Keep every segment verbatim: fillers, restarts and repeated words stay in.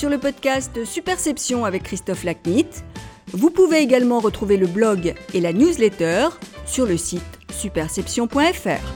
sur le podcast Superception avec Christophe Lacnit. Vous pouvez également retrouver le blog et la newsletter sur le site superception point f r.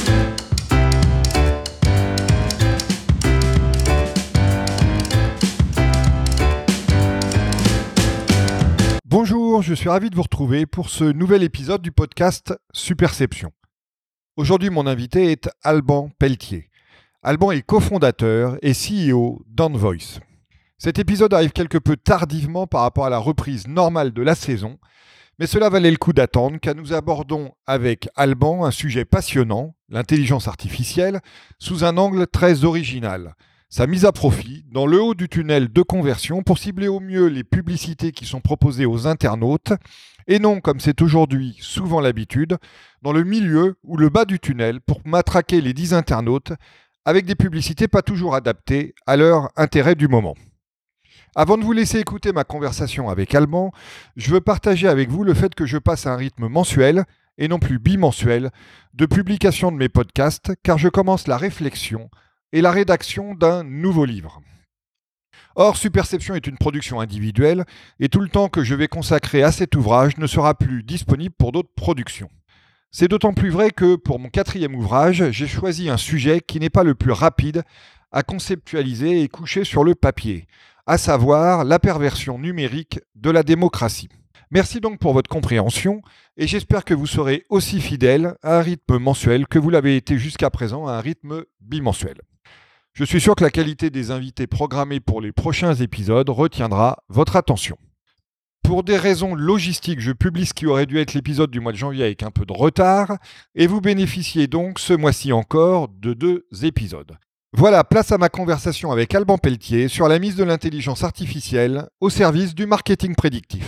Bonjour, je suis ravi de vous retrouver pour ce nouvel épisode du podcast Superception. Aujourd'hui, mon invité est Alban Pelletier. Alban est cofondateur et C E O d'Envoice. Cet épisode arrive quelque peu tardivement par rapport à la reprise normale de la saison, mais cela valait le coup d'attendre car nous abordons avec Alban un sujet passionnant, l'intelligence artificielle, sous un angle très original. Sa mise à profit dans le haut du tunnel de conversion pour cibler au mieux les publicités qui sont proposées aux internautes et non, comme c'est aujourd'hui souvent l'habitude, dans le milieu ou le bas du tunnel pour matraquer les dix internautes avec des publicités pas toujours adaptées à leur intérêt du moment. Avant de vous laisser écouter ma conversation avec Alban, je veux partager avec vous le fait que je passe à un rythme mensuel et non plus bimensuel de publication de mes podcasts car je commence la réflexion et la rédaction d'un nouveau livre. Or, Superception est une production individuelle et tout le temps que je vais consacrer à cet ouvrage ne sera plus disponible pour d'autres productions. C'est d'autant plus vrai que pour mon quatrième ouvrage, j'ai choisi un sujet qui n'est pas le plus rapide à conceptualiser et coucher sur le papier, à savoir la perversion numérique de la démocratie. Merci donc pour votre compréhension et j'espère que vous serez aussi fidèle à un rythme mensuel que vous l'avez été jusqu'à présent à un rythme bimensuel. Je suis sûr que la qualité des invités programmés pour les prochains épisodes retiendra votre attention. Pour des raisons logistiques, je publie ce qui aurait dû être l'épisode du mois de janvier avec un peu de retard et vous bénéficiez donc ce mois-ci encore de deux épisodes. Voilà, place à ma conversation avec Alban Pelletier sur la mise de l'intelligence artificielle au service du marketing prédictif.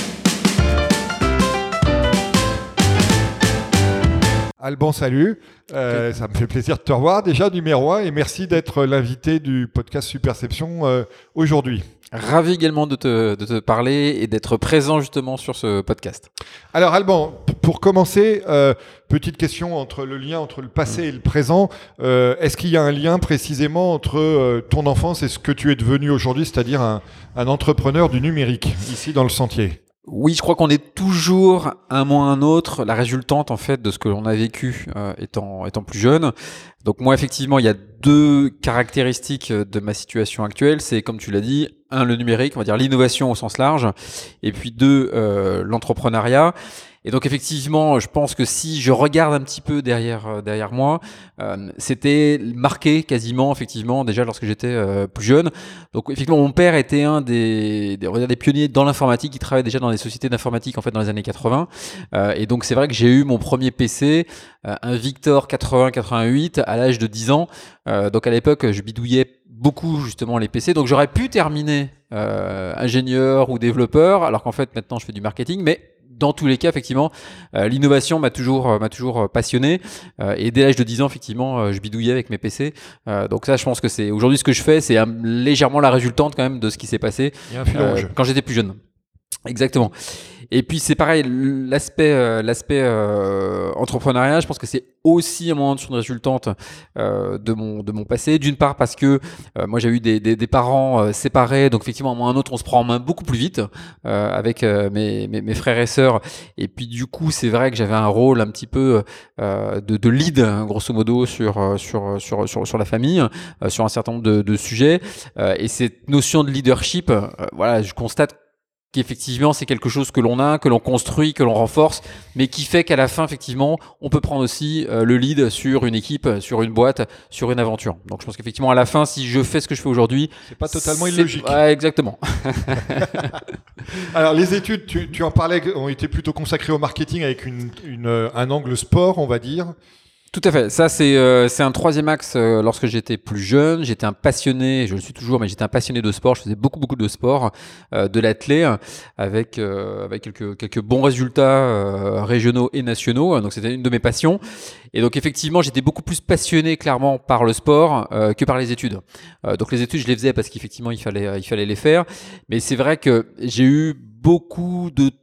Alban, salut. Euh, okay. Ça me fait plaisir de te revoir déjà, numéro un, et merci d'être l'invité du podcast Superception euh, aujourd'hui. Ravi également de te, de te parler et d'être présent justement sur ce podcast. Alors Alban, p- pour commencer, euh, petite question entre le lien entre le passé et le présent. Euh, est-ce qu'il y a un lien précisément entre euh, ton enfance et ce que tu es devenu aujourd'hui, c'est-à-dire un, un entrepreneur du numérique, ici dans le Sentier ? Oui, je crois qu'on est toujours, un moment ou un autre, la résultante en fait de ce que l'on a vécu euh, étant étant plus jeune. Donc moi, effectivement, il y a deux caractéristiques de ma situation actuelle. C'est, comme tu l'as dit, un, le numérique, on va dire l'innovation au sens large, et puis deux, euh, l'entrepreneuriat. Et donc effectivement, je pense que si je regarde un petit peu derrière euh, derrière moi, euh, c'était marqué quasiment effectivement déjà lorsque j'étais euh, plus jeune. Donc effectivement, mon père était un des des, on va dire des pionniers dans l'informatique. Il travaillait déjà dans des sociétés d'informatique en fait dans les années quatre-vingts. Euh, et donc c'est vrai que j'ai eu mon premier P C, euh, un Victor quatre-vingts quatre-vingt-huit à l'âge de dix ans. Euh, donc à l'époque, je bidouillais beaucoup justement les P C. Donc j'aurais pu terminer euh, ingénieur ou développeur, alors qu'en fait maintenant je fais du marketing, mais dans tous les cas, effectivement, euh, l'innovation m'a toujours, euh, m'a toujours passionné. Euh, et dès l'âge de dix ans, effectivement, euh, je bidouillais avec mes P C. Euh, donc ça, je pense que c'est aujourd'hui ce que je fais, c'est un, légèrement la résultante quand même de ce qui s'est passé euh, quand j'étais plus jeune. Exactement. Et puis c'est pareil, l'aspect euh, l'aspect euh, entrepreneuriat, je pense que c'est aussi un moment de une résultante euh, de mon de mon passé. D'une part parce que euh, moi j'ai eu des des, des parents euh, séparés, donc effectivement à un moment ou un autre on se prend en main beaucoup plus vite euh, avec euh, mes, mes mes frères et sœurs. Et puis du coup c'est vrai que j'avais un rôle un petit peu euh, de de lead grosso modo sur sur sur sur sur la famille, euh, sur un certain nombre de, de sujets. Euh, et cette notion de leadership, euh, voilà, je constate qu'effectivement c'est quelque chose que l'on a, que l'on construit, que l'on renforce, mais qui fait qu'à la fin effectivement on peut prendre aussi euh, le lead sur une équipe, sur une boîte, sur une aventure. Donc je pense qu'effectivement à la fin, si je fais ce que je fais aujourd'hui, c'est pas totalement c'est... illogique. Ouais, exactement. Alors les études, tu, tu en parlais, ont été plutôt consacrées au marketing avec une, une, un angle sport, on va dire. Tout à fait. Ça, c'est euh, c'est un troisième axe. Euh, lorsque j'étais plus jeune, j'étais un passionné, je le suis toujours, mais j'étais un passionné de sport. Je faisais beaucoup, beaucoup de sport, euh, de l'athlé, avec euh, avec quelques quelques bons résultats euh, régionaux et nationaux. Donc, c'était une de mes passions. Et donc, effectivement, j'étais beaucoup plus passionné, clairement, par le sport euh, que par les études. Euh, donc, les études, je les faisais parce qu'effectivement, il fallait il fallait les faire. Mais c'est vrai que j'ai eu beaucoup de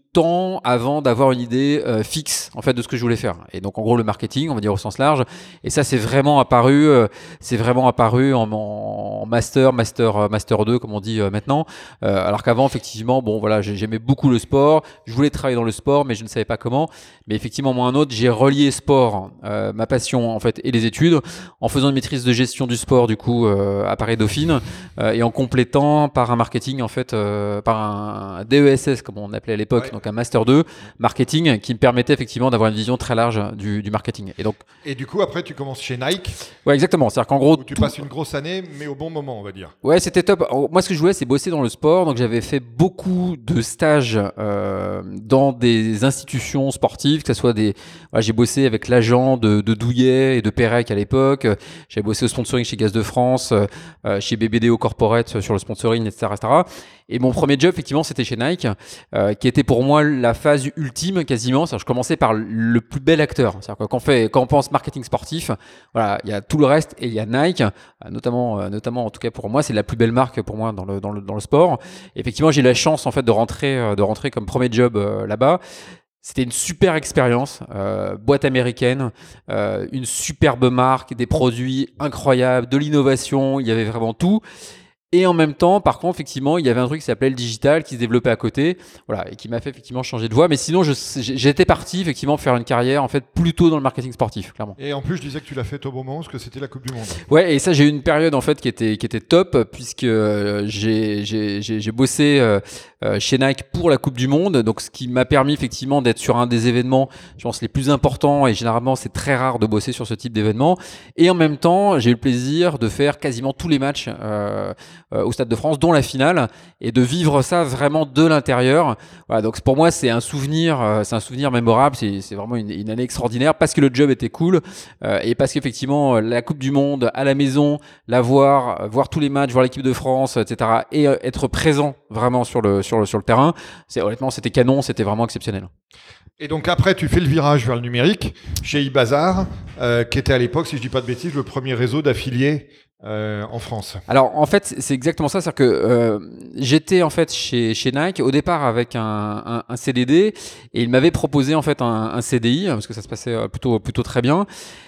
temps avant d'avoir une idée euh, fixe en fait de ce que je voulais faire. Et donc en gros le marketing, on va dire au sens large. Et ça c'est vraiment apparu, euh, c'est vraiment apparu en, en master, master, master deux comme on dit euh, maintenant. Euh, alors qu'avant effectivement, bon voilà, j'aimais beaucoup le sport, je voulais travailler dans le sport, mais je ne savais pas comment. Mais effectivement, moi un autre, j'ai relié sport, euh, ma passion en fait et les études, en faisant une maîtrise de gestion du sport du coup euh, à Paris Dauphine euh, et en complétant par un marketing en fait, euh, par un D E S S comme on appelait à l'époque. Ouais. Donc un master deux marketing qui me permettait effectivement d'avoir une vision très large du, du marketing. Et donc et du coup après tu commences chez Nike. Ouais exactement. C'est-à-dire qu'en gros où tu tout... passes une grosse année mais au bon moment on va dire. Ouais c'était top. Moi ce que je voulais c'est bosser dans le sport. Donc j'avais fait beaucoup de stages euh, dans des institutions sportives, que ce soit des. Voilà, j'ai bossé avec l'agent de, de Douillet et de Pérec à l'époque. J'ai bossé au sponsoring chez Gaz de France, euh, chez B B D O Corporate sur le sponsoring, et cetera, et cetera. Et mon premier job, effectivement, c'était chez Nike, euh, qui était pour moi la phase ultime quasiment. C'est-à-dire, je commençais par le plus bel acteur. C'est-à-dire que quand on fait, quand on pense marketing sportif, voilà, il y a tout le reste et il y a Nike, notamment, euh, notamment en tout cas pour moi, c'est la plus belle marque pour moi dans le dans le dans le sport. Et effectivement, j'ai eu la chance en fait de rentrer, de rentrer comme premier job euh, là-bas. C'était une super expérience, euh, boîte américaine, euh, une superbe marque, des produits incroyables, de l'innovation, il y avait vraiment tout. Et en même temps, par contre, effectivement, il y avait un truc qui s'appelait le digital qui se développait à côté, voilà, et qui m'a fait effectivement changer de voie. Mais sinon, je, j'étais parti effectivement faire une carrière en fait plutôt dans le marketing sportif, clairement. Et en plus, je disais que tu l'as fait au bon moment parce que c'était la Coupe du Monde. Ouais, et ça, j'ai eu une période en fait qui était qui était top puisque euh, j'ai j'ai j'ai j'ai bossé euh, euh, chez Nike pour la Coupe du Monde, donc ce qui m'a permis effectivement d'être sur un des événements, je pense les plus importants. Et généralement, c'est très rare de bosser sur ce type d'événement. Et en même temps, j'ai eu le plaisir de faire quasiment tous les matchs. Euh, Euh, au Stade de France, dont la finale, et de vivre ça vraiment de l'intérieur. Voilà, donc pour moi, c'est un souvenir, euh, c'est un souvenir mémorable. C'est, c'est vraiment une, une année extraordinaire parce que le job était cool euh, et parce qu'effectivement, la Coupe du Monde à la maison, la voir, voir tous les matchs, voir l'équipe de France, et cetera, et euh, être présent vraiment sur le sur le sur le terrain. C'est honnêtement, c'était canon, c'était vraiment exceptionnel. Et donc après, tu fais le virage vers le numérique chez eBazaar, euh, qui était à l'époque, si je dis pas de bêtises, le premier réseau d'affiliés euh, en France. Alors en fait, c'est exactement ça, c'est-à-dire que euh, j'étais en fait chez chez Nike au départ avec un, un, un C D D et il m'avait proposé en fait un, un C D I parce que ça se passait plutôt plutôt très bien.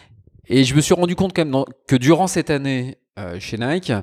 Et je me suis rendu compte quand même dans, que durant cette année euh, chez Nike,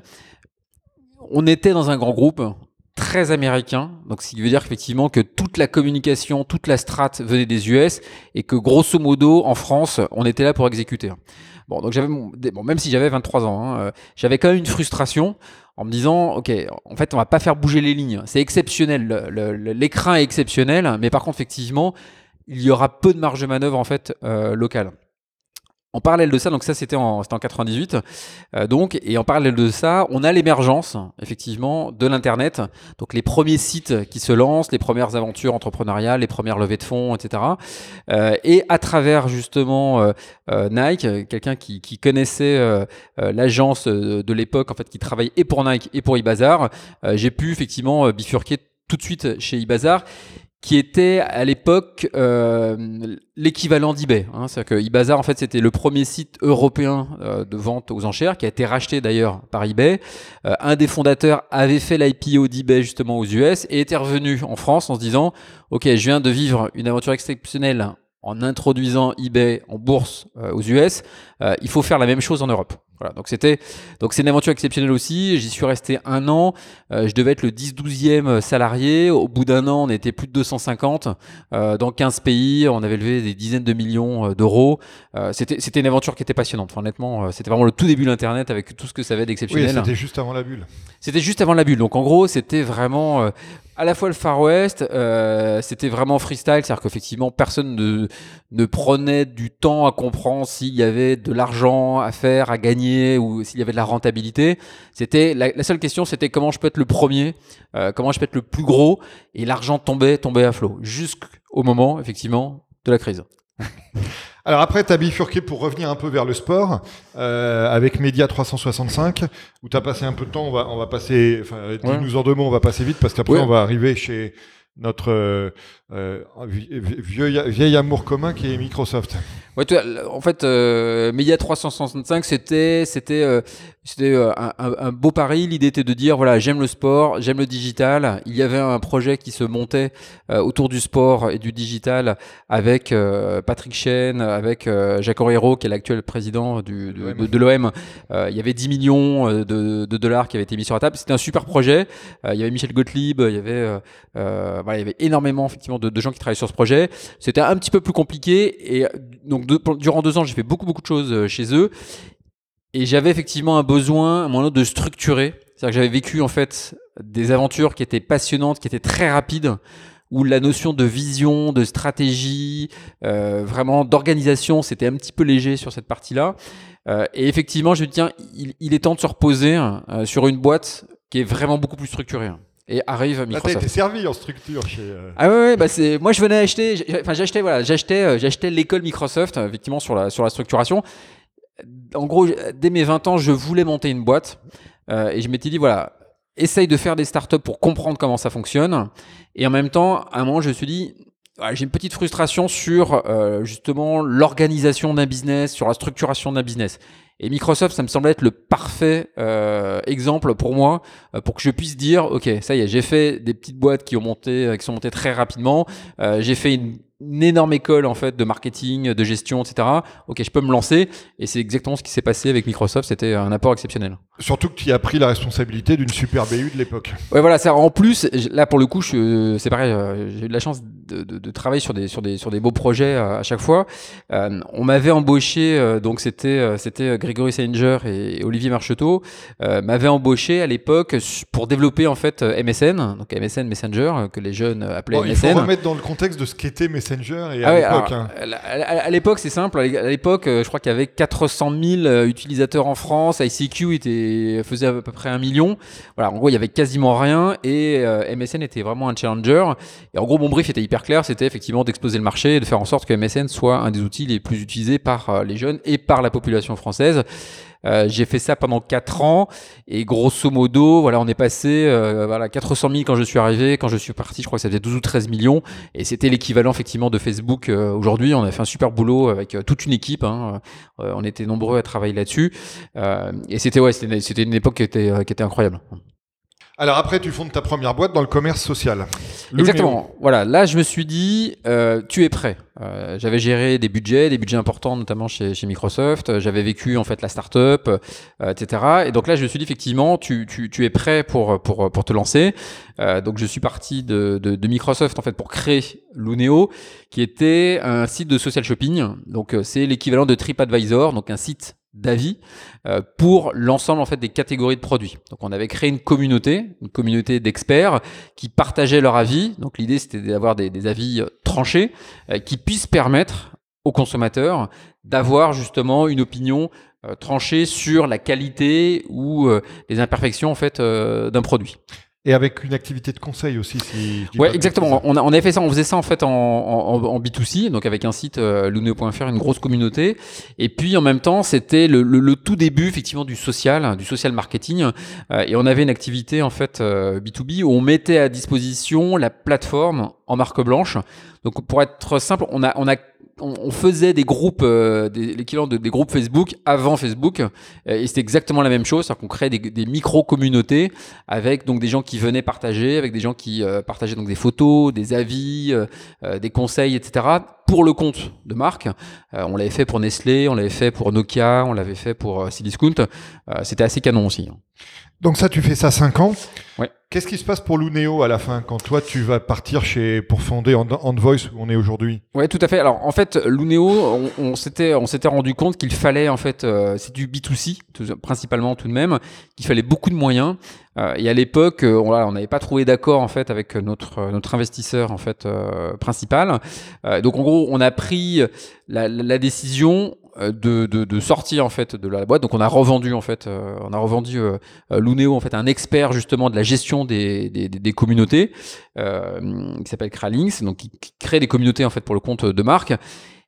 on était dans un grand groupe très américain, donc ce qui veut dire effectivement que toute la communication, toute la strate venait des U S et que grosso modo en France, on était là pour exécuter. Bon, donc j'avais mon, bon, même si j'avais vingt-trois ans, hein, euh, j'avais quand même une frustration en me disant, ok, en fait, on va pas faire bouger les lignes. C'est exceptionnel, le, le, l'écran est exceptionnel, mais par contre, effectivement, il y aura peu de marge de manœuvre en fait euh, locale. En parallèle de ça, donc ça c'était en, c'était en quatre-vingt-dix-huit, euh, donc, et en parallèle de ça, on a l'émergence, effectivement, de l'Internet, donc les premiers sites qui se lancent, les premières aventures entrepreneuriales, les premières levées de fonds, et cetera. Euh, et à travers, justement, euh, euh, Nike, quelqu'un qui, qui connaissait euh, euh, l'agence de, de l'époque, en fait, qui travaillait et pour Nike et pour eBazaar, euh, j'ai pu, effectivement, bifurquer tout de suite chez eBazaar, qui était à l'époque euh, l'équivalent d'eBay. Hein. C'est-à-dire que eBazaar, en fait, c'était le premier site européen euh, de vente aux enchères, qui a été racheté d'ailleurs par eBay. Euh, un des fondateurs avait fait l'I P O d'eBay justement aux U S et était revenu en France en se disant « Ok, je viens de vivre une aventure exceptionnelle en introduisant eBay en bourse euh, aux U S, euh, il faut faire la même chose en Europe. » Voilà, donc c'était donc c'est une aventure exceptionnelle aussi. J'y suis resté un an. Euh, je devais être le dix douzième salarié. Au bout d'un an, on était plus de deux cent cinquante euh, dans quinze pays. On avait levé des dizaines de millions d'euros. Euh, c'était c'était une aventure qui était passionnante. Enfin, honnêtement, c'était vraiment le tout début de l'internet avec tout ce que ça avait d'exceptionnel. Oui, c'était juste avant la bulle. C'était juste avant la bulle. Donc en gros, c'était vraiment euh, à la fois le Far West. Euh, c'était vraiment freestyle, c'est-à-dire qu'effectivement personne ne ne prenait du temps à comprendre s'il y avait de l'argent à faire, à gagner, ou s'il y avait de la rentabilité. C'était la, la seule question, c'était comment je peux être le premier, euh, comment je peux être le plus gros, et l'argent tombait, tombait à flot, jusqu'au moment, effectivement, de la crise. Alors après, tu as bifurqué pour revenir un peu vers le sport, euh, avec Média trois cent soixante-cinq, où tu as passé un peu de temps, on va, on va passer, enfin, dis-nous en deux mots, on va passer vite, parce qu'après, ouais. on va arriver chez notre euh, euh, vieux, vieil amour commun qui est Microsoft. Ouais, tu vois, en fait, euh, Media trois cent soixante-cinq, c'était, c'était, euh, c'était euh, un, un beau pari. L'idée était de dire, voilà, j'aime le sport, j'aime le digital. Il y avait un projet qui se montait euh, autour du sport et du digital avec euh, Patrick Chen, avec euh, Jacques Henriero, qui est l'actuel président du, de, de, de l'O M. Euh, il y avait dix millions de, de dollars qui avaient été mis sur la table. C'était un super projet. Euh, il y avait Michel Gottlieb, il y avait, euh, euh, voilà, il y avait énormément effectivement de, de gens qui travaillaient sur ce projet. C'était un petit peu plus compliqué et donc de, durant deux ans, j'ai fait beaucoup beaucoup de choses chez eux et j'avais effectivement un besoin, à un moment donné, de structurer. C'est-à-dire que j'avais vécu en fait des aventures qui étaient passionnantes, qui étaient très rapides, où la notion de vision, de stratégie, euh, vraiment d'organisation, c'était un petit peu léger sur cette partie-là. Euh, et effectivement, je me dis tiens, il, il est temps de se reposer euh, sur une boîte qui est vraiment beaucoup plus structurée. Et arrive Microsoft. Là, t'as été servi en structure chez. Euh... Ah ouais, ouais, bah c'est. Moi, je venais acheter. Enfin, j'achetais, voilà, j'achetais, euh, j'achetais l'école Microsoft, euh, effectivement, sur la sur la structuration. En gros, dès mes vingt ans, je voulais monter une boîte euh, et je m'étais dit voilà, essaye de faire des startups pour comprendre comment ça fonctionne. Et en même temps, à un moment, je me suis dit. J'ai une petite frustration sur euh, justement l'organisation d'un business, sur la structuration d'un business. Et Microsoft, ça me semblait être le parfait euh, exemple pour moi, euh, pour que je puisse dire, ok, ça y est, j'ai fait des petites boîtes qui ont monté, euh, qui sont montées très rapidement. Euh, j'ai fait une, une énorme école en fait de marketing, de gestion, et cetera. Ok, je peux me lancer. Et c'est exactement ce qui s'est passé avec Microsoft. C'était un apport exceptionnel. Surtout que tu as pris la responsabilité d'une super B U de l'époque. Ouais, voilà. Ça, en plus, là pour le coup, je, c'est pareil. Euh, j'ai eu de la chance de, de, de travailler sur des sur des sur des beaux projets euh, à chaque fois. Euh, on m'avait embauché, euh, donc c'était euh, c'était Grégory Salinger et Olivier Marcheteau euh, m'avaient embauché à l'époque pour développer en fait M S N, donc M S N Messenger que les jeunes appelaient bon, M S N. Il faut remettre dans le contexte de ce qu'était Messenger et à ah ouais, l'époque. Alors, hein. à, à, à l'époque, c'est simple. À l'époque, je crois qu'il y avait quatre cent mille utilisateurs en France. I C Q était faisait à peu près un million. Voilà, en gros, il y avait quasiment rien et euh, M S N était vraiment un challenger. Et en gros, mon brief était hyper clair. C'était effectivement d'exploser le marché et de faire en sorte que M S N soit un des outils les plus utilisés par euh, les jeunes et par la population française. Euh, j'ai fait ça pendant quatre ans et grosso modo, voilà, on est passé euh, voilà quatre cent mille quand je suis arrivé, quand je suis parti, je crois que ça faisait douze ou treize millions et c'était l'équivalent effectivement de Facebook euh, aujourd'hui. On a fait un super boulot avec euh, toute une équipe, hein. euh, on était nombreux à travailler là-dessus euh, et c'était ouais, c'était, c'était une époque qui était euh, qui était incroyable. Alors après, tu fondes ta première boîte dans le commerce social. Exactement. Voilà. Là, je me suis dit, euh, tu es prêt. Euh, j'avais géré des budgets, des budgets importants, notamment chez, chez Microsoft. J'avais vécu en fait la startup, euh, et cetera. Et donc là, je me suis dit effectivement, tu, tu, tu es prêt pour pour pour te lancer. Euh, donc je suis parti de, de, de Microsoft en fait pour créer Luneo, qui était un site de social shopping. Donc c'est l'équivalent de TripAdvisor, donc un site d'avis euh, pour l'ensemble en fait des catégories de produits. Donc on avait créé une communauté, une communauté d'experts qui partageaient leurs avis. Donc l'idée c'était d'avoir des, des avis tranchés euh, qui puissent permettre aux consommateurs d'avoir justement une opinion euh, tranchée sur la qualité ou euh, les imperfections en fait euh, d'un produit. Et avec une activité de conseil aussi, si je dis ouais, pas exactement. On, a, on avait fait ça, on faisait ça en fait en, en, en B deux C, donc avec un site euh, luneo point f r, une grosse communauté. Et puis en même temps, c'était le, le, le tout début effectivement du social, du social marketing. Euh, et on avait une activité en fait euh, B deux B où on mettait à disposition la plateforme en marque blanche. Donc pour être simple, on a, on a on faisait des groupes, euh, des, l'équivalent de, des groupes Facebook avant Facebook, euh, et c'était exactement la même chose, c'est-à-dire qu'on créait des, des micro-communautés avec donc des gens qui venaient partager, avec des gens qui euh, partageaient donc des photos, des avis, euh, euh, des conseils, et cetera pour le compte de marque. Euh, on l'avait fait pour Nestlé, on l'avait fait pour Nokia, on l'avait fait pour euh, Cdiscount. Euh, c'était assez canon aussi. Donc ça, tu fais ça cinq ans. Ouais. Qu'est-ce qui se passe pour Luneo à la fin, quand toi tu vas partir chez pour fonder Handvoice où on est aujourd'hui? Ouais, tout à fait. Alors en fait, Luneo, on, on s'était on s'était rendu compte qu'il fallait en fait, euh, c'est du B deux C tout, principalement tout de même, qu'il fallait beaucoup de moyens. Euh, et à l'époque, euh, on n'avait pas trouvé d'accord en fait avec notre notre investisseur en fait euh, principal. Euh, donc en gros, on a pris la, la, la décision de, de, de sortir en fait de la boîte. Donc on a revendu en fait, euh, on a revendu euh, Luneo en fait, un expert justement de la gestion des des, des communautés euh, qui s'appelle Kralinx, donc qui, qui crée des communautés en fait pour le compte de marque.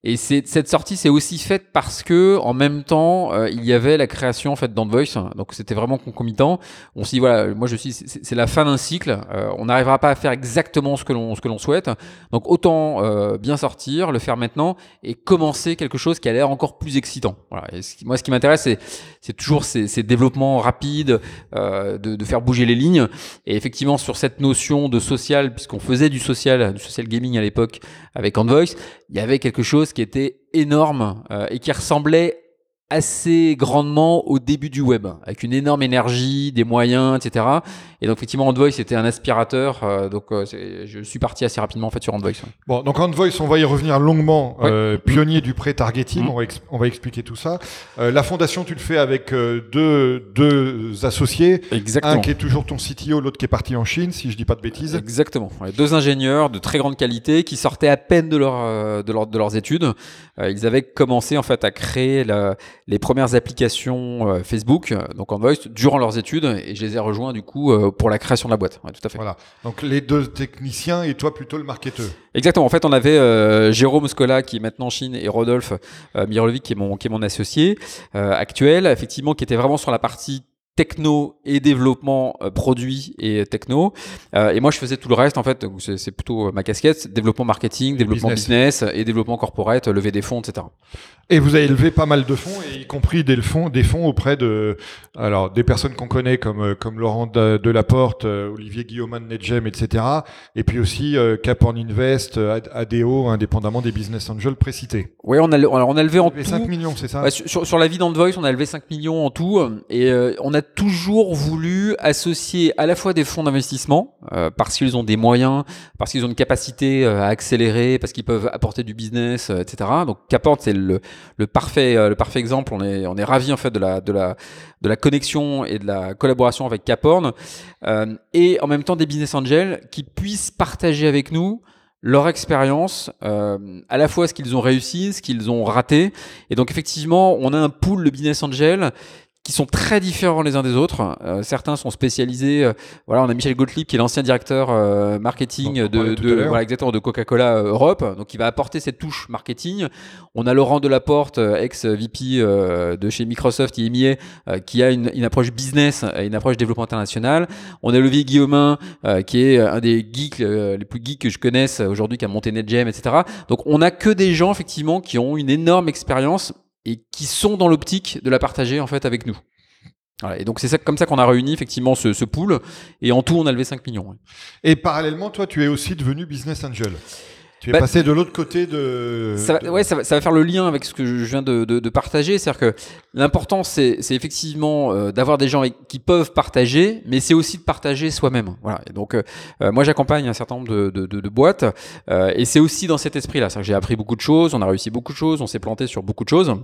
Et c'est, cette sortie s'est aussi faite parce que, en même temps, euh, il y avait la création en fait d'Antvoice. Donc c'était vraiment concomitant. On s'est dit voilà, moi je suis, c'est, c'est la fin d'un cycle. Euh, on n'arrivera pas à faire exactement ce que l'on, ce que l'on souhaite. Donc autant euh, bien sortir, le faire maintenant et commencer quelque chose qui a l'air encore plus excitant. Voilà. Et ce qui, moi, ce qui m'intéresse, c'est, c'est toujours ces, ces développements rapides, euh, de, de faire bouger les lignes. Et effectivement, sur cette notion de social, puisqu'on faisait du social, du social gaming à l'époque avec Antvoice, il y avait quelque chose qui était énorme euh, et qui ressemblait assez grandement au début du web, avec une énorme énergie, des moyens, et cetera. Et donc effectivement, Antvoice c'était un aspirateur, euh, donc euh, c'est, je suis parti assez rapidement en fait sur Antvoice. Ouais. Bon, donc Antvoice, on va y revenir longuement. Ouais. Euh, pionnier du pré-targeting, Mmh. on, va ex- on va expliquer tout ça. Euh, la fondation, tu le fais avec euh, deux, deux associés, Exactement. un qui est toujours ton C T O, l'autre qui est parti en Chine, si je dis pas de bêtises. Exactement. Ouais, deux ingénieurs de très grande qualité qui sortaient à peine de, leur, euh, de, leur, de leurs études. Euh, ils avaient commencé en fait à créer la, les premières applications euh, Facebook, euh, donc Antvoice, durant leurs études, et je les ai rejoints du coup euh, pour la création de la boîte. Ouais, tout à fait. Voilà. Donc les deux techniciens et toi plutôt le marketeur. Exactement. En fait, on avait euh, Jérôme Scola qui est maintenant en Chine et Rodolphe euh, Mirovic qui est mon qui est mon associé euh, actuel, effectivement, qui était vraiment sur la partie techno et développement euh, produit et techno euh, et moi je faisais tout le reste en fait, donc c'est, c'est plutôt ma casquette, développement marketing, développement business, business et développement corporate, lever des fonds, et cetera. Et vous avez levé pas mal de fonds, et y compris des fonds, des fonds auprès de, alors des personnes qu'on connaît comme comme Laurent de, Delaporte, Olivier Guillaumin de NetGem, et cetera. Et puis aussi euh, Cap Horn Invest, A D O, indépendamment des business angels précités. Oui, on a on a levé en tout cinq millions, c'est ça. Ouais, sur, sur la vie d'Antvoice, on a levé cinq millions en tout, et euh, on a toujours voulu associer à la fois des fonds d'investissement euh, parce qu'ils ont des moyens, parce qu'ils ont une capacité euh, à accélérer, parce qu'ils peuvent apporter du business, euh, et cetera. Donc Cap-Horn, c'est le, le parfait euh, le parfait exemple. On est on est ravi en fait de la de la de la connexion et de la collaboration avec Cap-Horn, euh, et en même temps des business angels qui puissent partager avec nous leur expérience, euh, à la fois ce qu'ils ont réussi, ce qu'ils ont raté. Et donc effectivement, on a un pool de business angels qui sont très différents les uns des autres. Euh, certains sont spécialisés. Euh, voilà, on a Michel Gottlieb qui est l'ancien directeur euh, marketing donc, de, de voilà exactement de Coca-Cola Europe, donc qui va apporter cette touche marketing. On a Laurent Delaporte, ex-V P euh, de chez Microsoft I M I A, euh, qui a une, une approche business et une approche développement international. On a Olivier Guillaumin euh, qui est un des geeks euh, les plus geeks que je connaisse aujourd'hui, qui a monté NetGem, et cetera. Donc on a que des gens effectivement qui ont une énorme expérience et qui sont dans l'optique de la partager en fait avec nous. Voilà, et donc c'est ça, comme ça qu'on a réuni effectivement ce, ce pool, et en tout on a levé cinq millions. Ouais. Et parallèlement, toi tu es aussi devenu business angel. Tu es bah, passé de l'autre côté de... Ça, de... Ouais, ça va, ça va faire le lien avec ce que je viens de, de, de partager. C'est-à-dire que l'important, c'est, c'est effectivement euh, d'avoir des gens avec, qui peuvent partager, mais c'est aussi de partager soi-même. Voilà. Et donc, euh, moi, j'accompagne un certain nombre de, de, de, de boîtes, euh, et c'est aussi dans cet esprit-là. C'est-à-dire que j'ai appris beaucoup de choses, on a réussi beaucoup de choses, on s'est planté sur beaucoup de choses.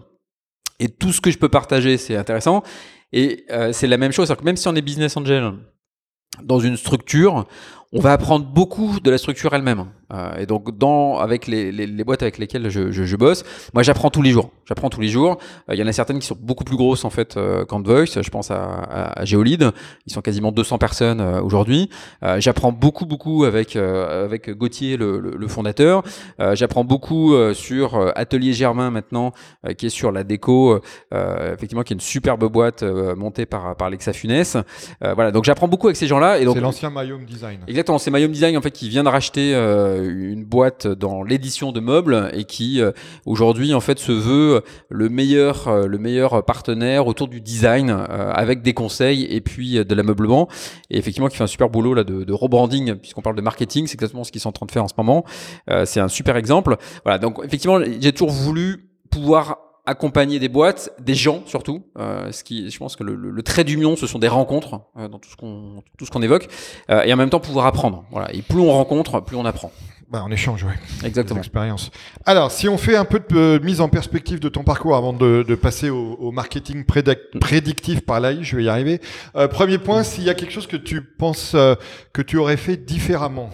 Et tout ce que je peux partager, c'est intéressant. Et euh, c'est la même chose. C'est-à-dire que même si on est business angel dans une structure, on va apprendre beaucoup de la structure elle-même. Euh, et donc, dans, avec les, les, les boîtes avec lesquelles je, je, je bosse, moi, j'apprends tous les jours. J'apprends tous les jours. Il euh, y en a certaines qui sont beaucoup plus grosses, en fait, euh, qu'Antvoice. Je pense à, à, à Geolid. Ils sont quasiment deux cents personnes euh, aujourd'hui. Euh, j'apprends beaucoup, beaucoup avec, euh, avec Gauthier, le, le, le fondateur. Euh, j'apprends beaucoup euh, sur euh, Atelier Germain, maintenant, euh, qui est sur la déco, euh, effectivement, qui est une superbe boîte euh, montée par, par Alexa Funès. Euh, voilà. Donc, j'apprends beaucoup avec ces gens-là. Et donc, c'est l'ancien Mayome Design. Exactement, c'est Mayome Design en fait qui vient de racheter euh, une boîte dans l'édition de meubles et qui euh, aujourd'hui en fait se veut le meilleur euh, le meilleur partenaire autour du design euh, avec des conseils et puis euh, de l'ameublement, et effectivement qui fait un super boulot là de, de rebranding, puisqu'on parle de marketing, c'est exactement ce qu'ils sont en train de faire en ce moment. Euh, c'est un super exemple. Voilà, donc effectivement j'ai toujours voulu pouvoir accompagner des boîtes, des gens surtout. Euh, ce qui, je pense que le, le, le trait d'union, ce sont des rencontres euh, dans tout ce qu'on, tout ce qu'on évoque, euh, et en même temps pouvoir apprendre. Voilà. Et plus on rencontre, plus on apprend. Bah, on échange, ouais. Exactement. Expérience. Alors, si on fait un peu de euh, mise en perspective de ton parcours avant de, de passer au, au marketing prédic- prédictif par l'A I, je vais y arriver. Euh, premier point, s'il y a quelque chose que tu penses euh, que tu aurais fait différemment.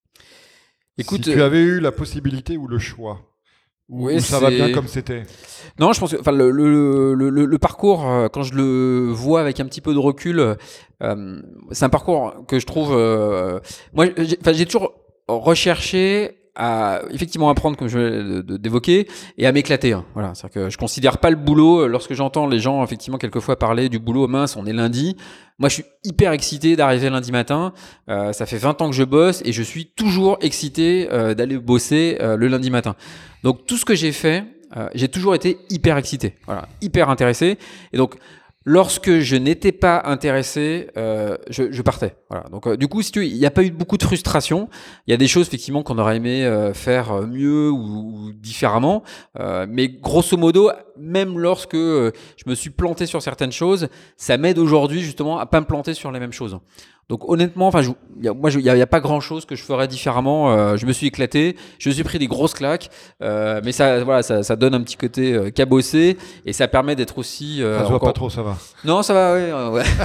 Écoute, si tu avais eu la possibilité ou le choix. Ou, oui, ou ça c'est... va bien comme c'était. Non, je pense que enfin le le le, le, le parcours euh, quand je le vois avec un petit peu de recul, euh, c'est un parcours que je trouve. Euh, moi, j'ai, enfin, j'ai toujours recherché à effectivement apprendre, comme je l'ai d'évoquer, et à m'éclater. Hein. Voilà, c'est-à-dire que je considère pas le boulot. Lorsque j'entends les gens effectivement quelquefois parler du boulot, mince, on est lundi. Moi, je suis hyper excité d'arriver lundi matin. Euh, ça fait vingt ans que je bosse et je suis toujours excité euh, d'aller bosser euh, le lundi matin. Donc tout ce que j'ai fait, euh, j'ai toujours été hyper excité, voilà, hyper intéressé. Et donc lorsque je n'étais pas intéressé, euh, je, je partais. Voilà. Donc, euh, du coup, si tu veux, il n'y a pas eu beaucoup de frustration. Il y a des choses effectivement qu'on aurait aimé euh, faire mieux ou, ou différemment, euh, mais grosso modo, même lorsque euh, je me suis planté sur certaines choses, ça m'aide aujourd'hui justement à pas me planter sur les mêmes choses. Donc honnêtement, enfin, je, y a, moi, il y a, y a pas grand chose que je ferais différemment. Euh, je me suis éclaté, je me suis pris des grosses claques, euh, mais ça, voilà, ça, ça donne un petit côté euh, cabossé et ça permet d'être aussi. Euh, ça se voit encore... pas trop, ça va. Non, ça va, ouais. Euh, ouais.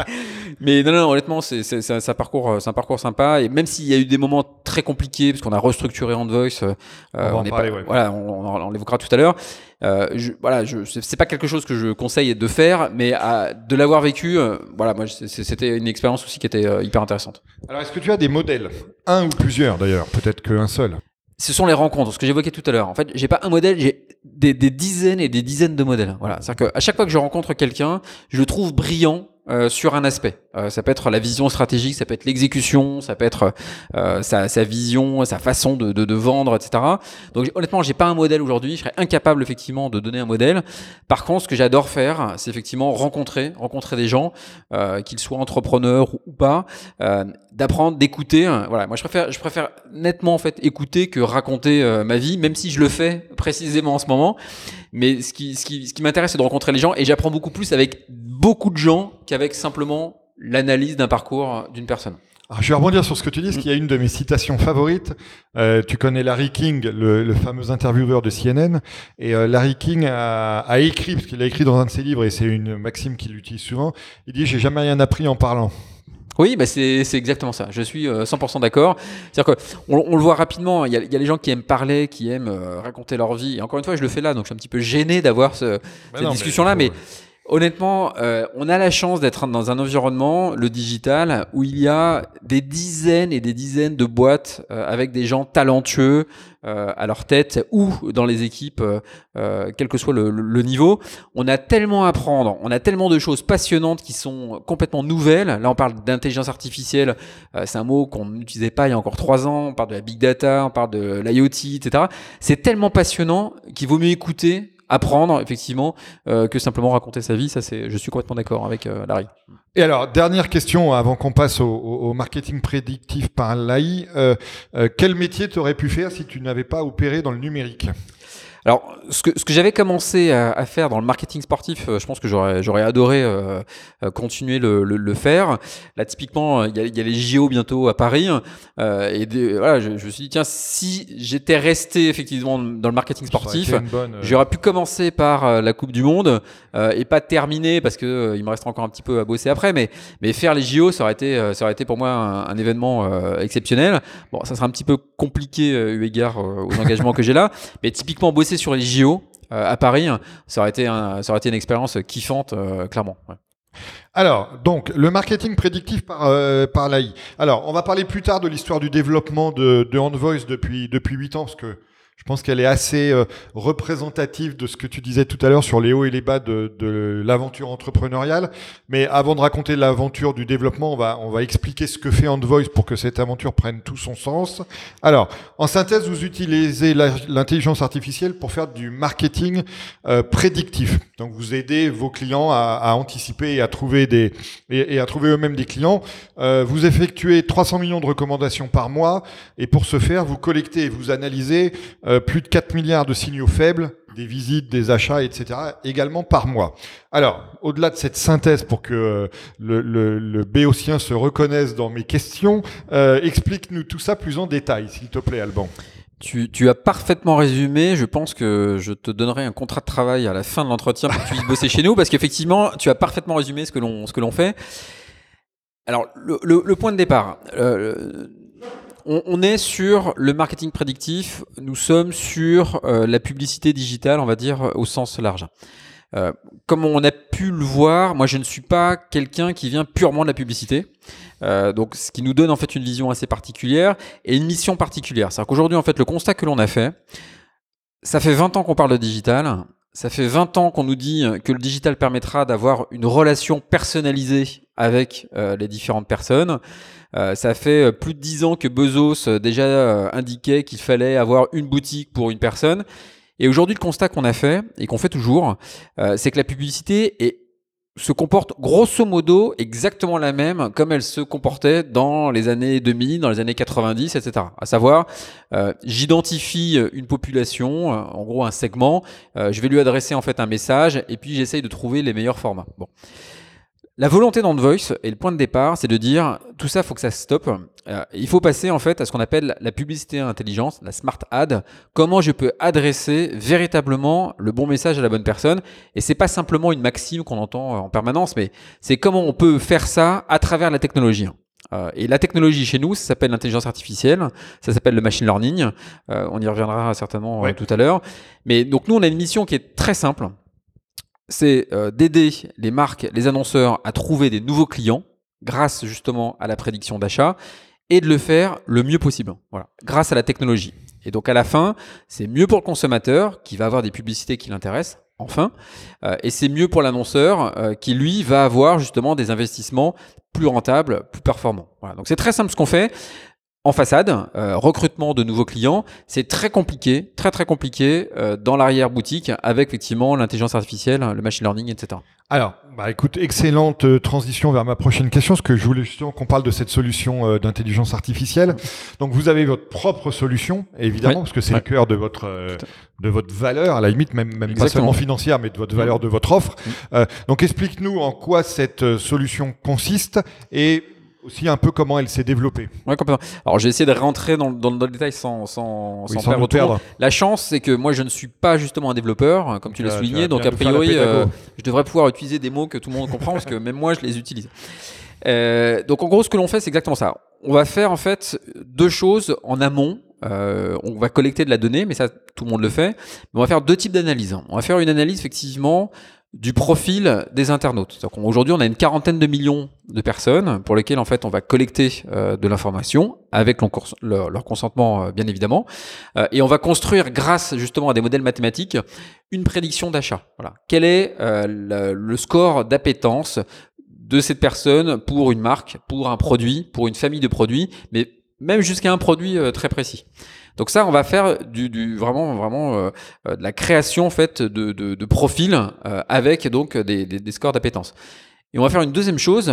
mais non, non, honnêtement, c'est, c'est, c'est, c'est un parcours, c'est un parcours sympa. Et même s'il y a eu des moments très compliqués, parce qu'on a restructuré Handvoice, euh, on va on en est parler, pas, ouais. voilà, on, on, on l'évoquera tout à l'heure. Euh, je, voilà, je, c'est, c'est pas quelque chose que je conseille de faire, mais à, de l'avoir vécu, euh, voilà, moi, c'est, c'était une expérience aussi qui était euh, hyper intéressante. Alors, est-ce que tu as des modèles, un ou plusieurs d'ailleurs, peut-être qu'un seul? Ce sont les rencontres, ce que j'évoquais tout à l'heure. En fait, j'ai pas un modèle, j'ai des, des dizaines et des dizaines de modèles. Voilà, c'est-à-dire qu'à chaque fois que je rencontre quelqu'un, je le trouve brillant euh, sur un aspect. Euh, ça peut être la vision stratégique, ça peut être l'exécution, ça peut être euh, sa, sa vision, sa façon de, de, de vendre, et cetera. Donc honnêtement, j'ai pas un modèle aujourd'hui. Je serais incapable effectivement de donner un modèle. Par contre, ce que j'adore faire, c'est effectivement rencontrer, rencontrer des gens, euh, qu'ils soient entrepreneurs ou, ou pas, euh, d'apprendre, d'écouter. Voilà, moi je préfère, je préfère nettement en fait écouter que raconter euh, ma vie, même si je le fais précisément en ce moment. Mais ce qui, ce qui, ce qui m'intéresse, c'est de rencontrer les gens et j'apprends beaucoup plus avec beaucoup de gens qu'avec simplement l'analyse d'un parcours d'une personne. Alors, je vais rebondir sur ce que tu dis, parce qu'il y a une de mes citations favorites. Euh, tu connais Larry King, le, le fameux intervieweur de C N N. Et euh, Larry King a, a écrit, parce qu'il a écrit dans un de ses livres, et c'est une maxime qu'il utilise souvent, il dit « J'ai jamais rien appris en parlant ». Oui, bah c'est, c'est exactement ça. Je suis euh, cent pour cent d'accord. C'est-à-dire qu'on on le voit rapidement. Il y a, il y a les gens qui aiment parler, qui aiment euh, raconter leur vie. Et encore une fois, je le fais là, donc je suis un petit peu gêné d'avoir ce, bah cette non, discussion-là. Mais, mais honnêtement, euh, on a la chance d'être dans un environnement, le digital, où il y a des dizaines et des dizaines de boîtes euh, avec des gens talentueux euh, à leur tête ou dans les équipes, euh, euh, quel que soit le, le niveau. On a tellement à apprendre, on a tellement de choses passionnantes qui sont complètement nouvelles. Là, on parle d'intelligence artificielle, euh, c'est un mot qu'on n'utilisait pas il y a encore trois ans. On parle de la big data, on parle de l'I O T, et cetera. C'est tellement passionnant qu'il vaut mieux écouter, apprendre effectivement euh, que simplement raconter sa vie. Ça, c'est, je suis complètement d'accord avec euh, Larry. Et alors, dernière question avant qu'on passe au, au, au marketing prédictif par l'A I. Euh, euh, quel métier tu aurais pu faire si tu n'avais pas opéré dans le numérique ? Alors, ce que, ce que j'avais commencé à, à faire dans le marketing sportif, euh, je pense que j'aurais, j'aurais adoré euh, euh, continuer le, le, le faire. Là, typiquement, il y a, il y a les J O bientôt à Paris. Euh, et des, voilà, je, je me suis dit, tiens, si j'étais resté effectivement dans le marketing sportif, bonne, euh... j'aurais pu commencer par euh, la Coupe du Monde euh, et pas terminer parce que euh, il me restera encore un petit peu à bosser après. Mais, mais faire les J O, ça aurait été, euh, ça aurait été pour moi un, un événement euh, exceptionnel. Bon, ça sera un petit peu compliqué euh, eu égard euh, aux engagements que j'ai là. Mais typiquement, bosser sur les J O euh, à Paris, ça aurait été, un, ça aurait été une expérience kiffante, euh, clairement. Ouais. Alors, donc, le marketing prédictif par, euh, par l'A I. Alors, on va parler plus tard de l'histoire du développement de, de Handvoice depuis, depuis huit ans, parce que je pense qu'elle est assez euh, représentative de ce que tu disais tout à l'heure sur les hauts et les bas de, de l'aventure entrepreneuriale. Mais avant de raconter l'aventure du développement, on va, on va expliquer ce que fait Handvoice pour que cette aventure prenne tout son sens. Alors, en synthèse, vous utilisez la, l'intelligence artificielle pour faire du marketing euh, prédictif. Donc, vous aidez vos clients à, à anticiper et à trouver des et, et à trouver eux-mêmes des clients. Euh, vous effectuez trois cents millions de recommandations par mois, et pour ce faire, vous collectez et vous analysez Euh, plus de quatre milliards de signaux faibles, des visites, des achats, et cetera, également par mois. Alors, au-delà de cette synthèse, pour que euh, le, le, le béotien se reconnaisse dans mes questions, euh, explique-nous tout ça plus en détail, s'il te plaît, Alban. Tu, tu as parfaitement résumé. Je pense que je te donnerai un contrat de travail à la fin de l'entretien pour que tu puisses bosser chez nous, parce qu'effectivement, tu as parfaitement résumé ce que l'on, ce que l'on fait. Alors, le, le, le point de départ... Euh, On, on est sur le marketing prédictif, nous sommes sur euh, la publicité digitale, on va dire, au sens large. Euh, comme on a pu le voir, moi je ne suis pas quelqu'un qui vient purement de la publicité. Euh, donc, ce qui nous donne en fait une vision assez particulière et une mission particulière. C'est-à-dire qu'aujourd'hui, en fait, le constat que l'on a fait, ça fait vingt ans qu'on parle de digital. Ça fait vingt ans qu'on nous dit que le digital permettra d'avoir une relation personnalisée avec euh, les différentes personnes. Euh, ça fait plus de dix ans que Bezos euh, déjà euh, indiquait qu'il fallait avoir une boutique pour une personne. Et aujourd'hui, le constat qu'on a fait et qu'on fait toujours, euh, c'est que la publicité est se comporte grosso modo exactement la même comme elle se comportait dans les années deux mille, dans les années quatre-vingt-dix, et cetera. À savoir, euh, j'identifie une population, euh, en gros un segment, euh, je vais lui adresser en fait un message et puis j'essaye de trouver les meilleurs formats. Bon. La volonté d'Antvoice et le point de départ, c'est de dire tout ça, il faut que ça stoppe. Euh, il faut passer en fait à ce qu'on appelle la publicité intelligente, la smart ad. Comment je peux adresser véritablement le bon message à la bonne personne. Et c'est pas simplement une maxime qu'on entend en permanence, mais c'est comment on peut faire ça à travers la technologie. Euh, et la technologie chez nous, ça s'appelle l'intelligence artificielle, ça s'appelle le machine learning. Euh, on y reviendra certainement ouais. euh, tout à l'heure. Mais donc nous, on a une mission qui est très simple. C'est euh, d'aider les marques, les annonceurs à trouver des nouveaux clients grâce justement à la prédiction d'achat et de le faire le mieux possible, voilà, grâce à la technologie. Et donc à la fin, c'est mieux pour le consommateur qui va avoir des publicités qui l'intéressent, enfin, euh, et c'est mieux pour l'annonceur euh, qui lui va avoir justement des investissements plus rentables, plus performants. Voilà. Donc c'est très simple ce qu'on fait. En façade, euh, recrutement de nouveaux clients, c'est très compliqué, très très compliqué euh, dans l'arrière-boutique avec effectivement l'intelligence artificielle, le machine learning, et cetera. Alors, bah écoute, excellente euh, transition vers ma prochaine question, parce que je voulais justement qu'on parle de cette solution euh, d'intelligence artificielle. Donc, vous avez votre propre solution, évidemment, oui. parce que c'est ouais. le cœur de votre euh, de votre valeur, à la limite, même, même pas seulement financière, mais de votre valeur, de votre offre. Oui. Euh, donc, explique-nous en quoi cette euh, solution consiste et aussi un peu comment elle s'est développée. Ouais, complètement. Alors j'ai essayé de rentrer dans, dans, dans le détail sans, sans, oui, sans, sans perdre trop. perdre. La chance, c'est que moi je ne suis pas justement un développeur, comme tu l'as souligné, donc a priori euh, je devrais pouvoir utiliser des mots que tout le monde comprend parce que même moi je les utilise. Euh, donc en gros ce que l'on fait c'est exactement ça. On va faire en fait deux choses en amont. Euh, on va collecter de la donnée, mais ça tout le monde le fait. Mais on va faire deux types d'analyses. On va faire une analyse effectivement du profil des internautes. Aujourd'hui, on a une quarantaine de millions de personnes pour lesquelles en fait on va collecter euh, de l'information avec leur, leur, leur consentement euh, bien évidemment, euh, et on va construire grâce justement à des modèles mathématiques une prédiction d'achat. Voilà. Quel est euh, le, le score d'appétence de cette personne pour une marque, pour un produit, pour une famille de produits, mais même jusqu'à un produit euh, très précis. Donc ça, on va faire du, du vraiment, vraiment euh, de la création en fait de, de, de profils euh, avec donc des, des, des scores d'appétence. Et on va faire une deuxième chose.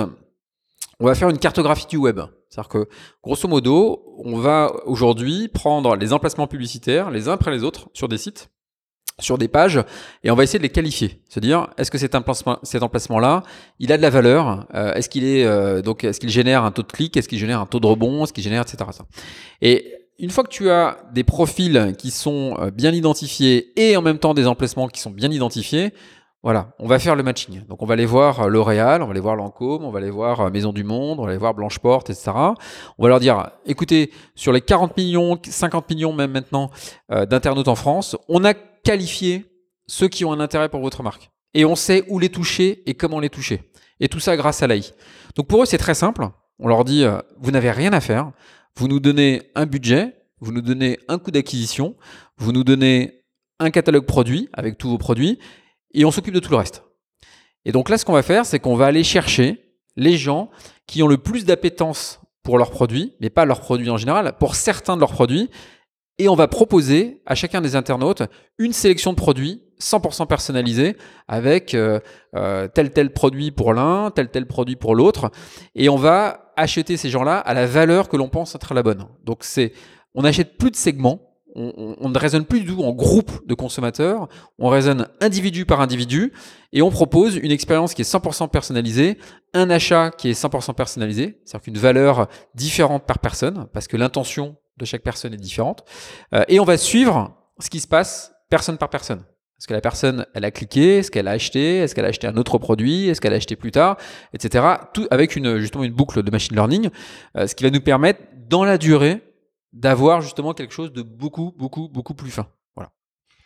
On va faire une cartographie du web. C'est-à-dire que grosso modo, on va aujourd'hui prendre les emplacements publicitaires les uns après les autres sur des sites, sur des pages, et on va essayer de les qualifier. Se dire, est-ce que cet emplacement, cet emplacement-là, il a de la valeur, euh, est-ce qu'il est euh, donc est-ce qu'il génère un taux de clic, est-ce qu'il génère un taux de rebond, est-ce qu'il génère, et cetera. Ça. Et une fois que tu as des profils qui sont bien identifiés et en même temps des emplacements qui sont bien identifiés, voilà, on va faire le matching. Donc on va aller voir L'Oréal, on va aller voir Lancôme, on va aller voir Maison du Monde, on va aller voir Blanche-Porte, et cetera. On va leur dire, écoutez, sur les quarante millions, cinquante millions même maintenant euh, d'internautes en France, on a qualifié ceux qui ont un intérêt pour votre marque. Et on sait où les toucher et comment les toucher. Et tout ça grâce à l'A I. Donc pour eux, c'est très simple. On leur dit, euh, vous n'avez rien à faire. Vous nous donnez un budget, vous nous donnez un coût d'acquisition, vous nous donnez un catalogue produit avec tous vos produits et on s'occupe de tout le reste. Et donc là, ce qu'on va faire, c'est qu'on va aller chercher les gens qui ont le plus d'appétence pour leurs produits, mais pas leurs produits en général, pour certains de leurs produits, et on va proposer à chacun des internautes une sélection de produits cent pour cent personnalisés avec euh, euh, tel tel produit pour l'un, tel tel produit pour l'autre, et on va acheter ces gens-là à la valeur que l'on pense être la bonne. Donc c'est, on n'achète plus de segments, on, on, on ne raisonne plus du tout en groupe de consommateurs, on raisonne individu par individu, et on propose une expérience qui est cent pour cent personnalisée, un achat qui est cent pour cent personnalisé, c'est-à-dire qu'une valeur différente par personne, parce que l'intention de chaque personne est différente, euh, et on va suivre ce qui se passe personne par personne. Est-ce que la personne, elle a cliqué? Est-ce qu'elle a acheté? Est-ce qu'elle a acheté un autre produit? Est-ce qu'elle a acheté plus tard? Etc. Tout avec une, justement une boucle de machine learning, euh, ce qui va nous permettre, dans la durée, d'avoir justement quelque chose de beaucoup, beaucoup, beaucoup plus fin. Voilà.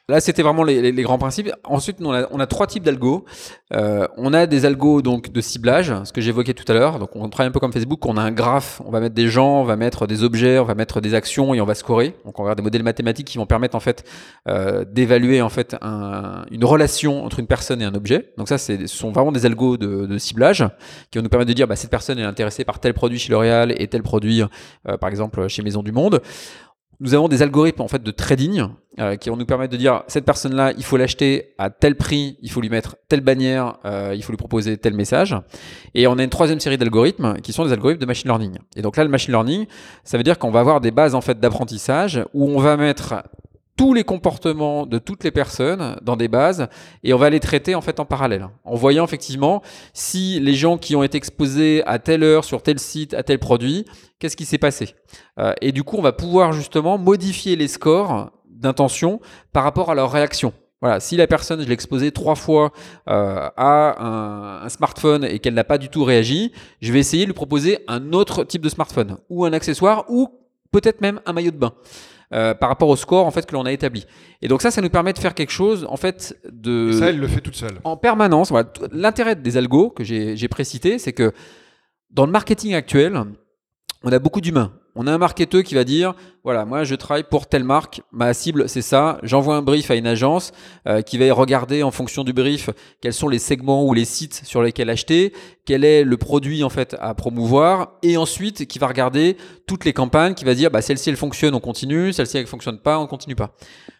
Là, c'était vraiment les, les, les grands principes. Ensuite, on a, on a trois types d'algos. Euh, on a des algos donc de ciblage, ce que j'évoquais tout à l'heure. Donc, on travaille un peu comme Facebook. On a un graphe, on va mettre des gens, on va mettre des objets, on va mettre des actions et on va scorer. Donc, on va avoir des modèles mathématiques qui vont permettre en fait euh, d'évaluer en fait un, une relation entre une personne et un objet. Donc, ça, c'est, ce sont vraiment des algos de, de ciblage qui vont nous permettre de dire bah, cette personne est intéressée par tel produit chez L'Oréal et tel produit, euh, par exemple, chez Maison du Monde. Nous avons des algorithmes en fait de trading euh, qui vont nous permettre de dire cette personne-là, il faut l'acheter à tel prix, il faut lui mettre telle bannière, euh, il faut lui proposer tel message. Et on a une troisième série d'algorithmes qui sont des algorithmes de machine learning. Et donc là, le machine learning, ça veut dire qu'on va avoir des bases en fait d'apprentissage où on va mettre tous les comportements de toutes les personnes dans des bases et on va les traiter en fait en parallèle, en voyant effectivement si les gens qui ont été exposés à telle heure sur tel site à tel produit, qu'est-ce qui s'est passé. Euh, et du coup, on va pouvoir justement modifier les scores d'intention par rapport à leur réaction. Voilà, si la personne, je l'ai exposée trois fois euh, à un, un smartphone et qu'elle n'a pas du tout réagi, je vais essayer de lui proposer un autre type de smartphone ou un accessoire ou peut-être même un maillot de bain. Euh, par rapport au score en fait que l'on a établi. Et donc ça, ça nous permet de faire quelque chose en fait de. Et ça, elle le fait toute seule. En permanence. Voilà. L'intérêt des algos que j'ai, j'ai précité, c'est que dans le marketing actuel, on a beaucoup d'humains. On a un marketeur qui va dire voilà, moi je travaille pour telle marque, ma cible c'est ça, j'envoie un brief à une agence euh, qui va regarder en fonction du brief quels sont les segments ou les sites sur lesquels acheter, quel est le produit en fait à promouvoir et ensuite qui va regarder toutes les campagnes, qui va dire bah celle-ci elle fonctionne, on continue, celle-ci elle fonctionne pas, on continue pas.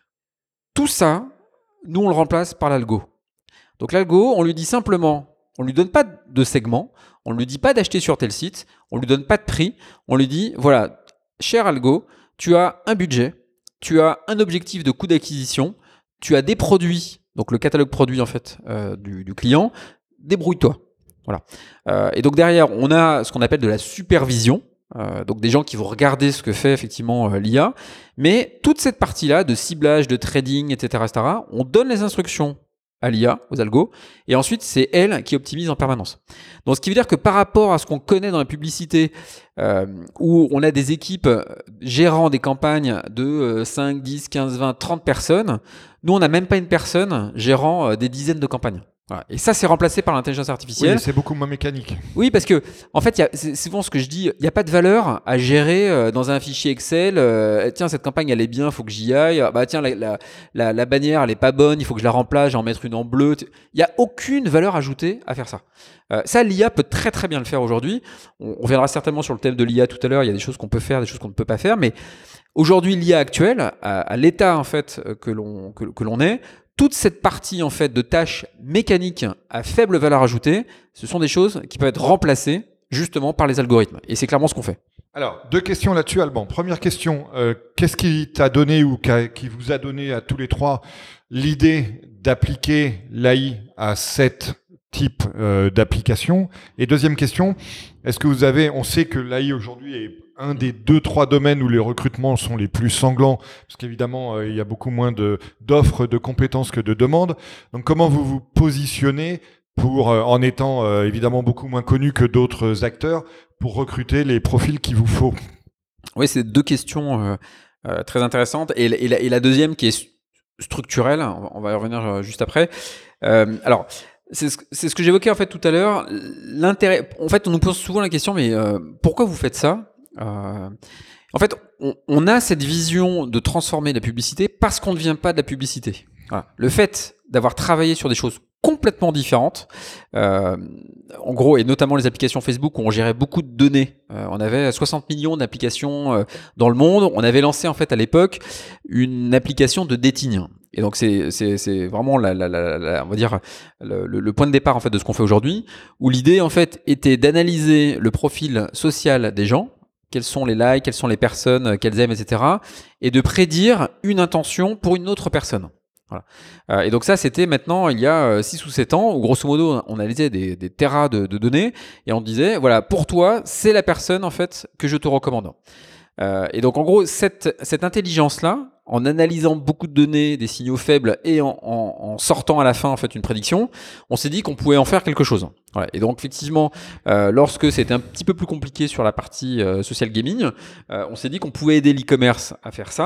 Tout ça, nous on le remplace par l'algo. Donc l'algo, on lui dit simplement, on lui donne pas de segment, on ne lui dit pas d'acheter sur tel site, on ne lui donne pas de prix, on lui dit, voilà, cher algo, tu as un budget, tu as un objectif de coût d'acquisition, tu as des produits, donc le catalogue produit en fait euh, du, du client, débrouille-toi. Voilà. Euh, et donc derrière, on a ce qu'on appelle de la supervision, euh, donc des gens qui vont regarder ce que fait effectivement euh, l'I A, mais toute cette partie-là de ciblage, de trading, et cetera, et cetera, on donne les instructions à l'I A, aux algos, et ensuite c'est elle qui optimise en permanence. Donc ce qui veut dire que par rapport à ce qu'on connaît dans la publicité, euh, où on a des équipes gérant des campagnes de euh, cinq, dix, quinze, vingt, trente personnes, nous on n'a même pas une personne gérant euh, des dizaines de campagnes. Voilà. Et ça, c'est remplacé par l'intelligence artificielle. Oui, c'est beaucoup moins mécanique. Oui, parce que, en fait, y a, c'est souvent ce que je dis, il n'y a pas de valeur à gérer euh, dans un fichier Excel. Euh, tiens, cette campagne, elle est bien, il faut que j'y aille. Bah, tiens, la, la, la, la bannière, elle est pas bonne, il faut que je la remplace, j'en mettre une en bleu. Il n'y a aucune valeur ajoutée à faire ça. Euh, ça, l'I A peut très très bien le faire aujourd'hui. On, on reviendra certainement sur le thème de l'I A tout à l'heure. Il y a des choses qu'on peut faire, des choses qu'on ne peut pas faire. Mais aujourd'hui, l'I A actuelle, à, à l'état en fait que l'on, que, que l'on est, toute cette partie en fait de tâches mécaniques à faible valeur ajoutée, ce sont des choses qui peuvent être remplacées justement par les algorithmes. Et c'est clairement ce qu'on fait. Alors, deux questions là-dessus, Alban. Première question, euh, qu'est-ce qui t'a donné ou qui vous a donné à tous les trois l'idée d'appliquer l'A I à cette type euh, d'application? Et deuxième question, est-ce que vous avez, on sait que l'A I aujourd'hui est un des deux, trois domaines où les recrutements sont les plus sanglants, parce qu'évidemment, euh, il y a beaucoup moins de, d'offres, de compétences que de demandes. Donc, comment vous vous positionnez pour, euh, en étant euh, évidemment beaucoup moins connu que d'autres acteurs, pour recruter les profils qu'il vous faut? Oui, c'est deux questions euh, euh, très intéressantes. Et, et, la, et la deuxième qui est structurelle, on va y revenir juste après. Euh, alors, c'est ce, c'est ce que j'évoquais en fait tout à l'heure. L'intérêt, en fait, on nous pose souvent la question, mais euh, pourquoi vous faites ça? Euh, en fait, on, on a cette vision de transformer la publicité parce qu'on ne vient pas de la publicité. Voilà. Le fait d'avoir travaillé sur des choses complètement différentes, euh, en gros, et notamment les applications Facebook où on gérait beaucoup de données. Euh, on avait soixante millions d'applications euh, dans le monde. On avait lancé en fait à l'époque une application de dating. Et donc c'est c'est c'est vraiment la, la, la, la on va dire le, le point de départ en fait de ce qu'on fait aujourd'hui, où l'idée en fait était d'analyser le profil social des gens. Quels sont les likes, quelles sont les personnes qu'elles aiment, et cetera. Et de prédire une intention pour une autre personne. Voilà. Euh, et donc ça, c'était maintenant il y a six ou sept ans, où grosso modo, on analysait des, des terras de, de données, et on disait, voilà, pour toi, c'est la personne en fait que je te recommande. Euh, et donc en gros, cette, cette intelligence-là, en analysant beaucoup de données, des signaux faibles, et en, en, en sortant à la fin en fait une prédiction, on s'est dit qu'on pouvait en faire quelque chose. Voilà. Et donc effectivement, euh, lorsque c'était un petit peu plus compliqué sur la partie euh, social gaming, euh, on s'est dit qu'on pouvait aider l'e-commerce à faire ça.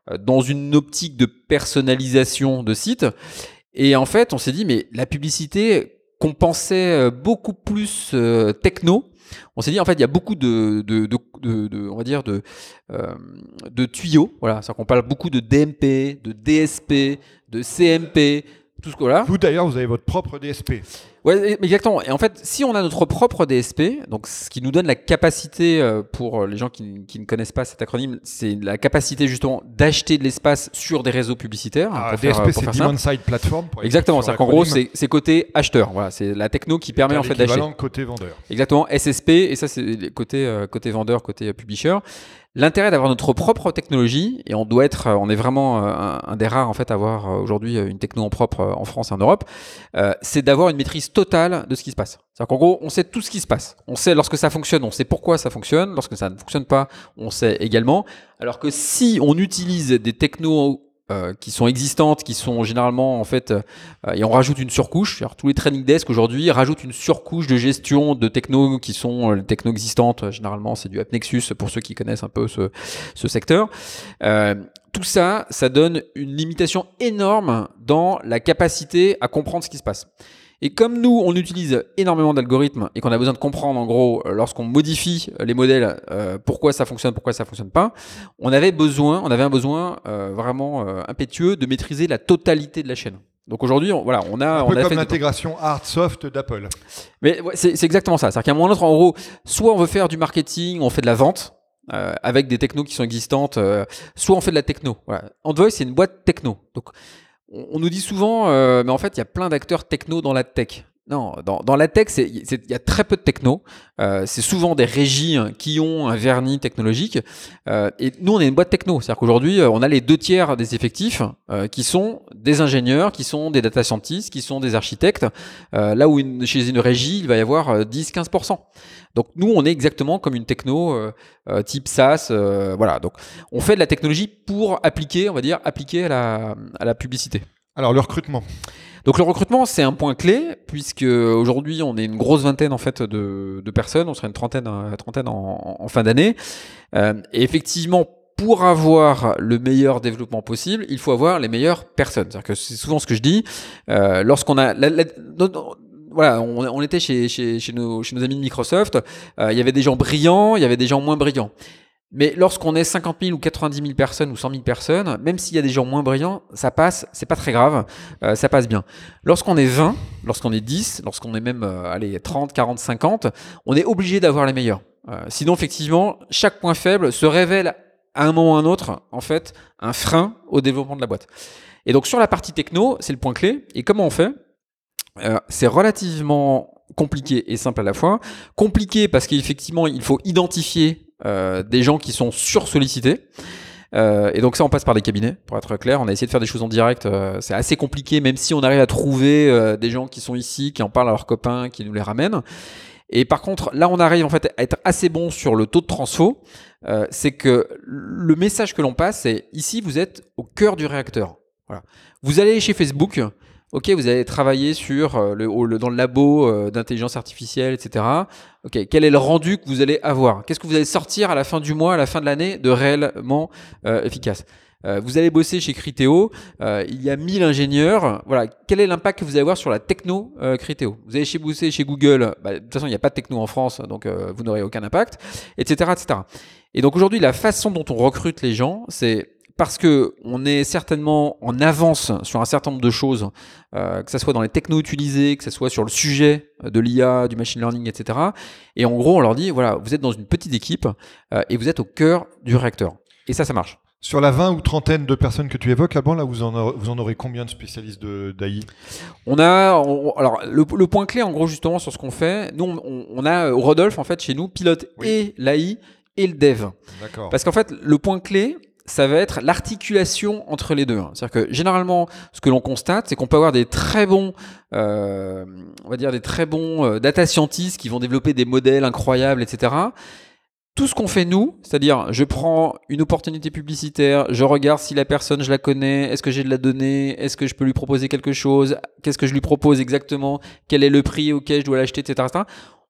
euh, dans une optique de personnalisation de site. Et en fait, on s'est dit, mais la publicité qu'on pensait beaucoup plus euh, techno, on s'est dit en fait il y a beaucoup de, de, de, de, de on va dire de, euh, de tuyaux, voilà, c'est-à-dire qu'on parle beaucoup de D M P, de D S P, de C M P, tout ce que là. Vous d'ailleurs vous avez votre propre D S P. Ouais, exactement. Et en fait, si on a notre propre D S P, donc ce qui nous donne la capacité, euh, pour les gens qui, qui ne connaissent pas cet acronyme, c'est la capacité justement d'acheter de l'espace sur des réseaux publicitaires. Ah, pour D S P, faire, c'est pour faire Demand Side Platform. Pour exactement. C'est-à-dire qu'en gros, c'est, c'est côté acheteur. Voilà, c'est la techno qui permet en fait d'acheter. L'équivalent côté vendeur. Exactement. S S P, et ça c'est côté euh, côté vendeur, côté euh, publisher. L'intérêt d'avoir notre propre technologie, et on doit être, on est vraiment un, un des rares en fait à avoir aujourd'hui une techno en propre en France et en Europe, euh, c'est d'avoir une maîtrise totale de ce qui se passe. C'est-à-dire qu'en gros, on sait tout ce qui se passe. On sait lorsque ça fonctionne, on sait pourquoi ça fonctionne. Lorsque ça ne fonctionne pas, on sait également. Alors que si on utilise des technos Euh, qui sont existantes, qui sont généralement en fait, euh, et on rajoute une surcouche. Alors, tous les training desks aujourd'hui rajoutent une surcouche de gestion de techno qui sont euh, les technos existantes. Généralement, c'est du AppNexus pour ceux qui connaissent un peu ce, ce secteur. Euh, tout ça, ça donne une limitation énorme dans la capacité à comprendre ce qui se passe. Et comme nous, on utilise énormément d'algorithmes et qu'on a besoin de comprendre, en gros, lorsqu'on modifie les modèles, euh, pourquoi ça fonctionne, pourquoi ça fonctionne pas, on avait besoin, on avait un besoin euh, vraiment euh, impétueux de maîtriser la totalité de la chaîne. Donc aujourd'hui, on, voilà, on a, un on peu a comme fait l'intégration hard-soft d'Apple. Mais ouais, c'est, c'est exactement ça. C'est-à-dire qu'à un moment ou l'autre, en gros, soit on veut faire du marketing, on fait de la vente. Euh, avec des technos qui sont existantes, euh, soit on fait de la techno. Voilà. Envoy, c'est une boîte techno. Donc on nous dit souvent, euh, mais en fait, il y a plein d'acteurs techno dans la tech. Non, dans, dans la tech, c'est, c'est, il y a très peu de techno. Euh, c'est souvent des régies qui ont un vernis technologique. Euh, et nous, on est une boîte techno. C'est-à-dire qu'aujourd'hui, on a les deux tiers des effectifs euh, qui sont des ingénieurs, qui sont des data scientists, qui sont des architectes. Euh, là où une, chez une régie, il va y avoir dix à quinze pour cent. Donc nous, on est exactement comme une techno euh, euh, type SaaS. Euh, voilà. Donc on fait de la technologie pour appliquer, on va dire, appliquer à la, à la publicité. Alors le recrutement. Donc le recrutement, c'est un point clé, puisque aujourd'hui on est une grosse vingtaine en fait de, de personnes, on serait une trentaine, une trentaine en, en fin d'année. Euh, et effectivement, pour avoir le meilleur développement possible, il faut avoir les meilleures personnes. C'est-à-dire que c'est souvent ce que je dis. Euh, lorsqu'on a la, la, la, voilà, on, on était chez, chez, chez, nos, chez nos amis de Microsoft, euh, il y avait des gens brillants, il y avait des gens moins brillants. Mais lorsqu'on est cinquante mille ou quatre-vingt-dix mille personnes ou cent mille personnes, même s'il y a des gens moins brillants, ça passe, c'est pas très grave, euh, ça passe bien. Lorsqu'on est vingt, lorsqu'on est dix, lorsqu'on est même euh, allez, trente, quarante, cinquante, on est obligé d'avoir les meilleurs. Euh, sinon, effectivement, chaque point faible se révèle à un moment ou à un autre, en fait, un frein au développement de la boîte. Et donc, sur la partie techno, c'est le point clé. Et comment on fait ? euh, C'est relativement compliqué et simple à la fois. Compliqué parce qu'effectivement, il faut identifier Euh, des gens qui sont sursollicités. Euh, et donc ça, on passe par des cabinets, pour être clair. On a essayé de faire des choses en direct. Euh, c'est assez compliqué, même si on arrive à trouver euh, des gens qui sont ici, qui en parlent à leurs copains, qui nous les ramènent. Et par contre, là, on arrive en fait à être assez bon sur le taux de transfo. Euh, c'est que le message que l'on passe, c'est ici, vous êtes au cœur du réacteur. Voilà. Vous allez chez Facebook. Ok, vous allez travailler sur euh, le, le, dans le labo euh, d'intelligence artificielle, et cetera. Ok, quel est le rendu que vous allez avoir ? Qu'est-ce que vous allez sortir à la fin du mois, à la fin de l'année, de réellement euh, efficace ? euh, Vous allez bosser chez Criteo, euh, il y a mille ingénieurs. Voilà, quel est l'impact que vous allez avoir sur la techno euh, Criteo ? Vous allez chez bosser chez Google, bah, de toute façon, il n'y a pas de techno en France, donc euh, vous n'aurez aucun impact, et cetera, et cetera. Et donc aujourd'hui, la façon dont on recrute les gens, c'est parce que on est certainement en avance sur un certain nombre de choses, euh, que ce soit dans les technos utilisés, que ce soit sur le sujet de l'I A, du machine learning, et cetera. Et en gros, on leur dit, voilà, vous êtes dans une petite équipe euh, et vous êtes au cœur du réacteur. Et ça, ça marche. Sur la vingt ou trentaine de personnes que tu évoques, Alban, là, vous en aurez, vous en aurez combien de spécialistes de, d'A I ? On a, on, alors le, le point clé, en gros, justement, sur ce qu'on fait, nous, on, on a au Rodolphe, en fait, chez nous, pilote oui. et l'A I et le dev. D'accord. Parce qu'en fait, le point clé, ça va être l'articulation entre les deux. C'est-à-dire que généralement, ce que l'on constate, c'est qu'on peut avoir des très bons, euh, on va dire des très bons euh, data scientists qui vont développer des modèles incroyables, et cetera. Tout ce qu'on fait nous, c'est-à-dire je prends une opportunité publicitaire, je regarde si la personne, je la connais, est-ce que j'ai de la donnée, est-ce que je peux lui proposer quelque chose, qu'est-ce que je lui propose exactement, quel est le prix auquel je dois l'acheter, et cetera, et cetera.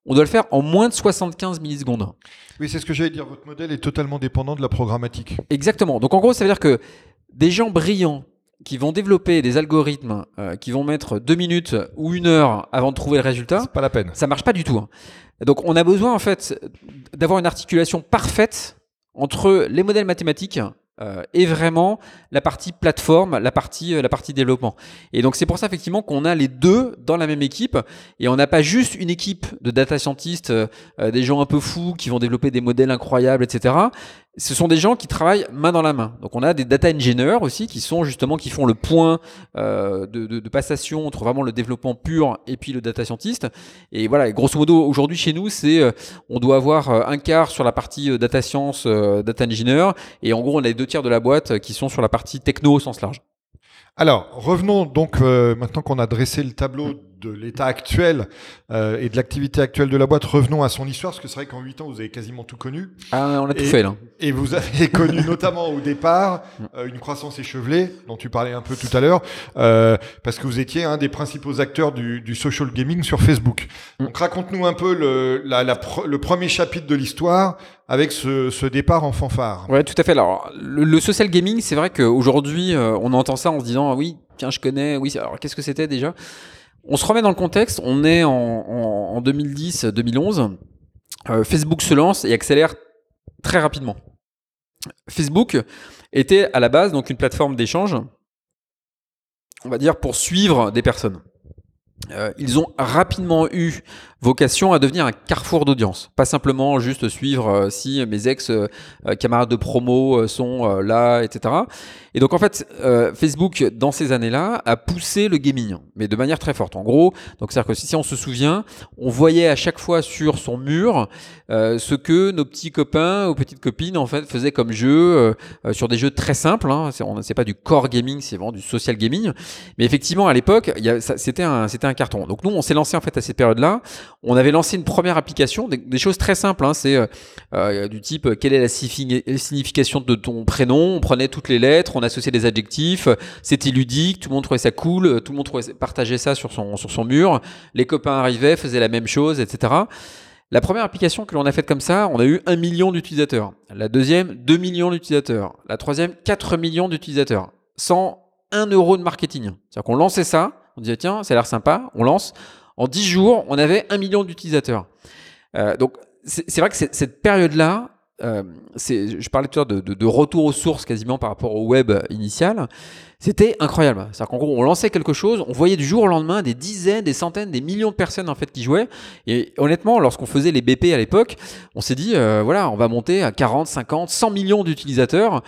on doit le faire en moins de soixante-quinze millisecondes. Oui, c'est ce que j'allais dire. Votre modèle est totalement dépendant de la programmatique. Exactement. Donc en gros, ça veut dire que des gens brillants qui vont développer des algorithmes euh, qui vont mettre deux minutes ou une heure avant de trouver le résultat, c'est pas la peine. Ça marche pas du tout. Hein. Donc on a besoin en fait d'avoir une articulation parfaite entre les modèles mathématiques euh, et vraiment la partie plateforme, la partie euh, la partie développement. Et donc c'est pour ça effectivement qu'on a les deux dans la même équipe et on n'a pas juste une équipe de data scientists, euh, des gens un peu fous qui vont développer des modèles incroyables, et cetera. Ce sont des gens qui travaillent main dans la main. Donc on a des data engineers aussi qui sont justement qui font le point euh, de, de, de passation entre vraiment le développement pur et puis le data scientist. Et voilà, grosso modo aujourd'hui chez nous c'est euh, on doit avoir euh, un quart sur la partie euh, data science, euh, data engineer et en gros on a les deux tiers de la boîte euh, qui sont sur la partie techno au sens large. Alors, revenons donc, euh, maintenant qu'on a dressé le tableau de l'état actuel euh, et de l'activité actuelle de la boîte, revenons à son histoire, parce que c'est vrai qu'en huit ans, vous avez quasiment tout connu. Ah, on a tout et, fait là. Et vous avez connu notamment au départ euh, une croissance échevelée, dont tu parlais un peu tout à l'heure, euh, parce que vous étiez un des principaux acteurs du, du social gaming sur Facebook. Donc raconte-nous un peu le, la, la, le premier chapitre de l'histoire avec ce, ce départ en fanfare. Ouais, tout à fait. Alors, le, le social gaming, c'est vrai qu'aujourd'hui, euh, on entend ça en se disant, ah oui, tiens, je connais, oui, alors qu'est-ce que c'était déjà ? On se remet dans le contexte, on est en, en, en deux mille dix deux mille onze, euh, Facebook se lance et accélère très rapidement. Facebook était à la base donc une plateforme d'échange, on va dire, pour suivre des personnes. Euh, ils ont rapidement eu vocation à devenir un carrefour d'audience, pas simplement juste suivre euh, si mes ex euh, camarades de promo euh, sont euh, là, et cetera. Et donc en fait, euh, Facebook dans ces années-là a poussé le gaming, mais de manière très forte. En gros, donc c'est-à-dire que si, si on se souvient, on voyait à chaque fois sur son mur euh, ce que nos petits copains ou petites copines en fait faisaient comme jeu euh, sur des jeux très simples. Hein. C'est, on, c'est pas du core gaming, c'est vraiment du social gaming. Mais effectivement, à l'époque, il y a, ça, c'était un, c'était un carton. Donc nous, on s'est lancé en fait à cette période-là. On avait lancé une première application, des, des choses très simples. Hein, c'est euh, du type quelle est la signification de ton prénom. On prenait toutes les lettres, on associait des adjectifs. C'était ludique, tout le monde trouvait ça cool, tout le monde trouvait, partageait ça sur son sur son mur. Les copains arrivaient, faisaient la même chose, et cetera. La première application que l'on a faite comme ça, on a eu un million d'utilisateurs. La deuxième, deux millions d'utilisateurs. La troisième, quatre millions d'utilisateurs. Sans un euro de marketing. C'est-à-dire qu'on lançait ça, on disait tiens, ça a l'air sympa, on lance. En dix jours, on avait un million d'utilisateurs. Euh, donc, c'est, c'est vrai que c'est, cette période-là, euh, c'est, je parlais tout à l'heure de, de, de retour aux sources quasiment par rapport au web initial. C'était incroyable. C'est-à-dire qu'en gros, on lançait quelque chose, on voyait du jour au lendemain des dizaines, des centaines, des millions de personnes en fait qui jouaient. Et honnêtement, lorsqu'on faisait les B P à l'époque, on s'est dit, euh, voilà, on va monter à quarante, cinquante, cent millions d'utilisateurs.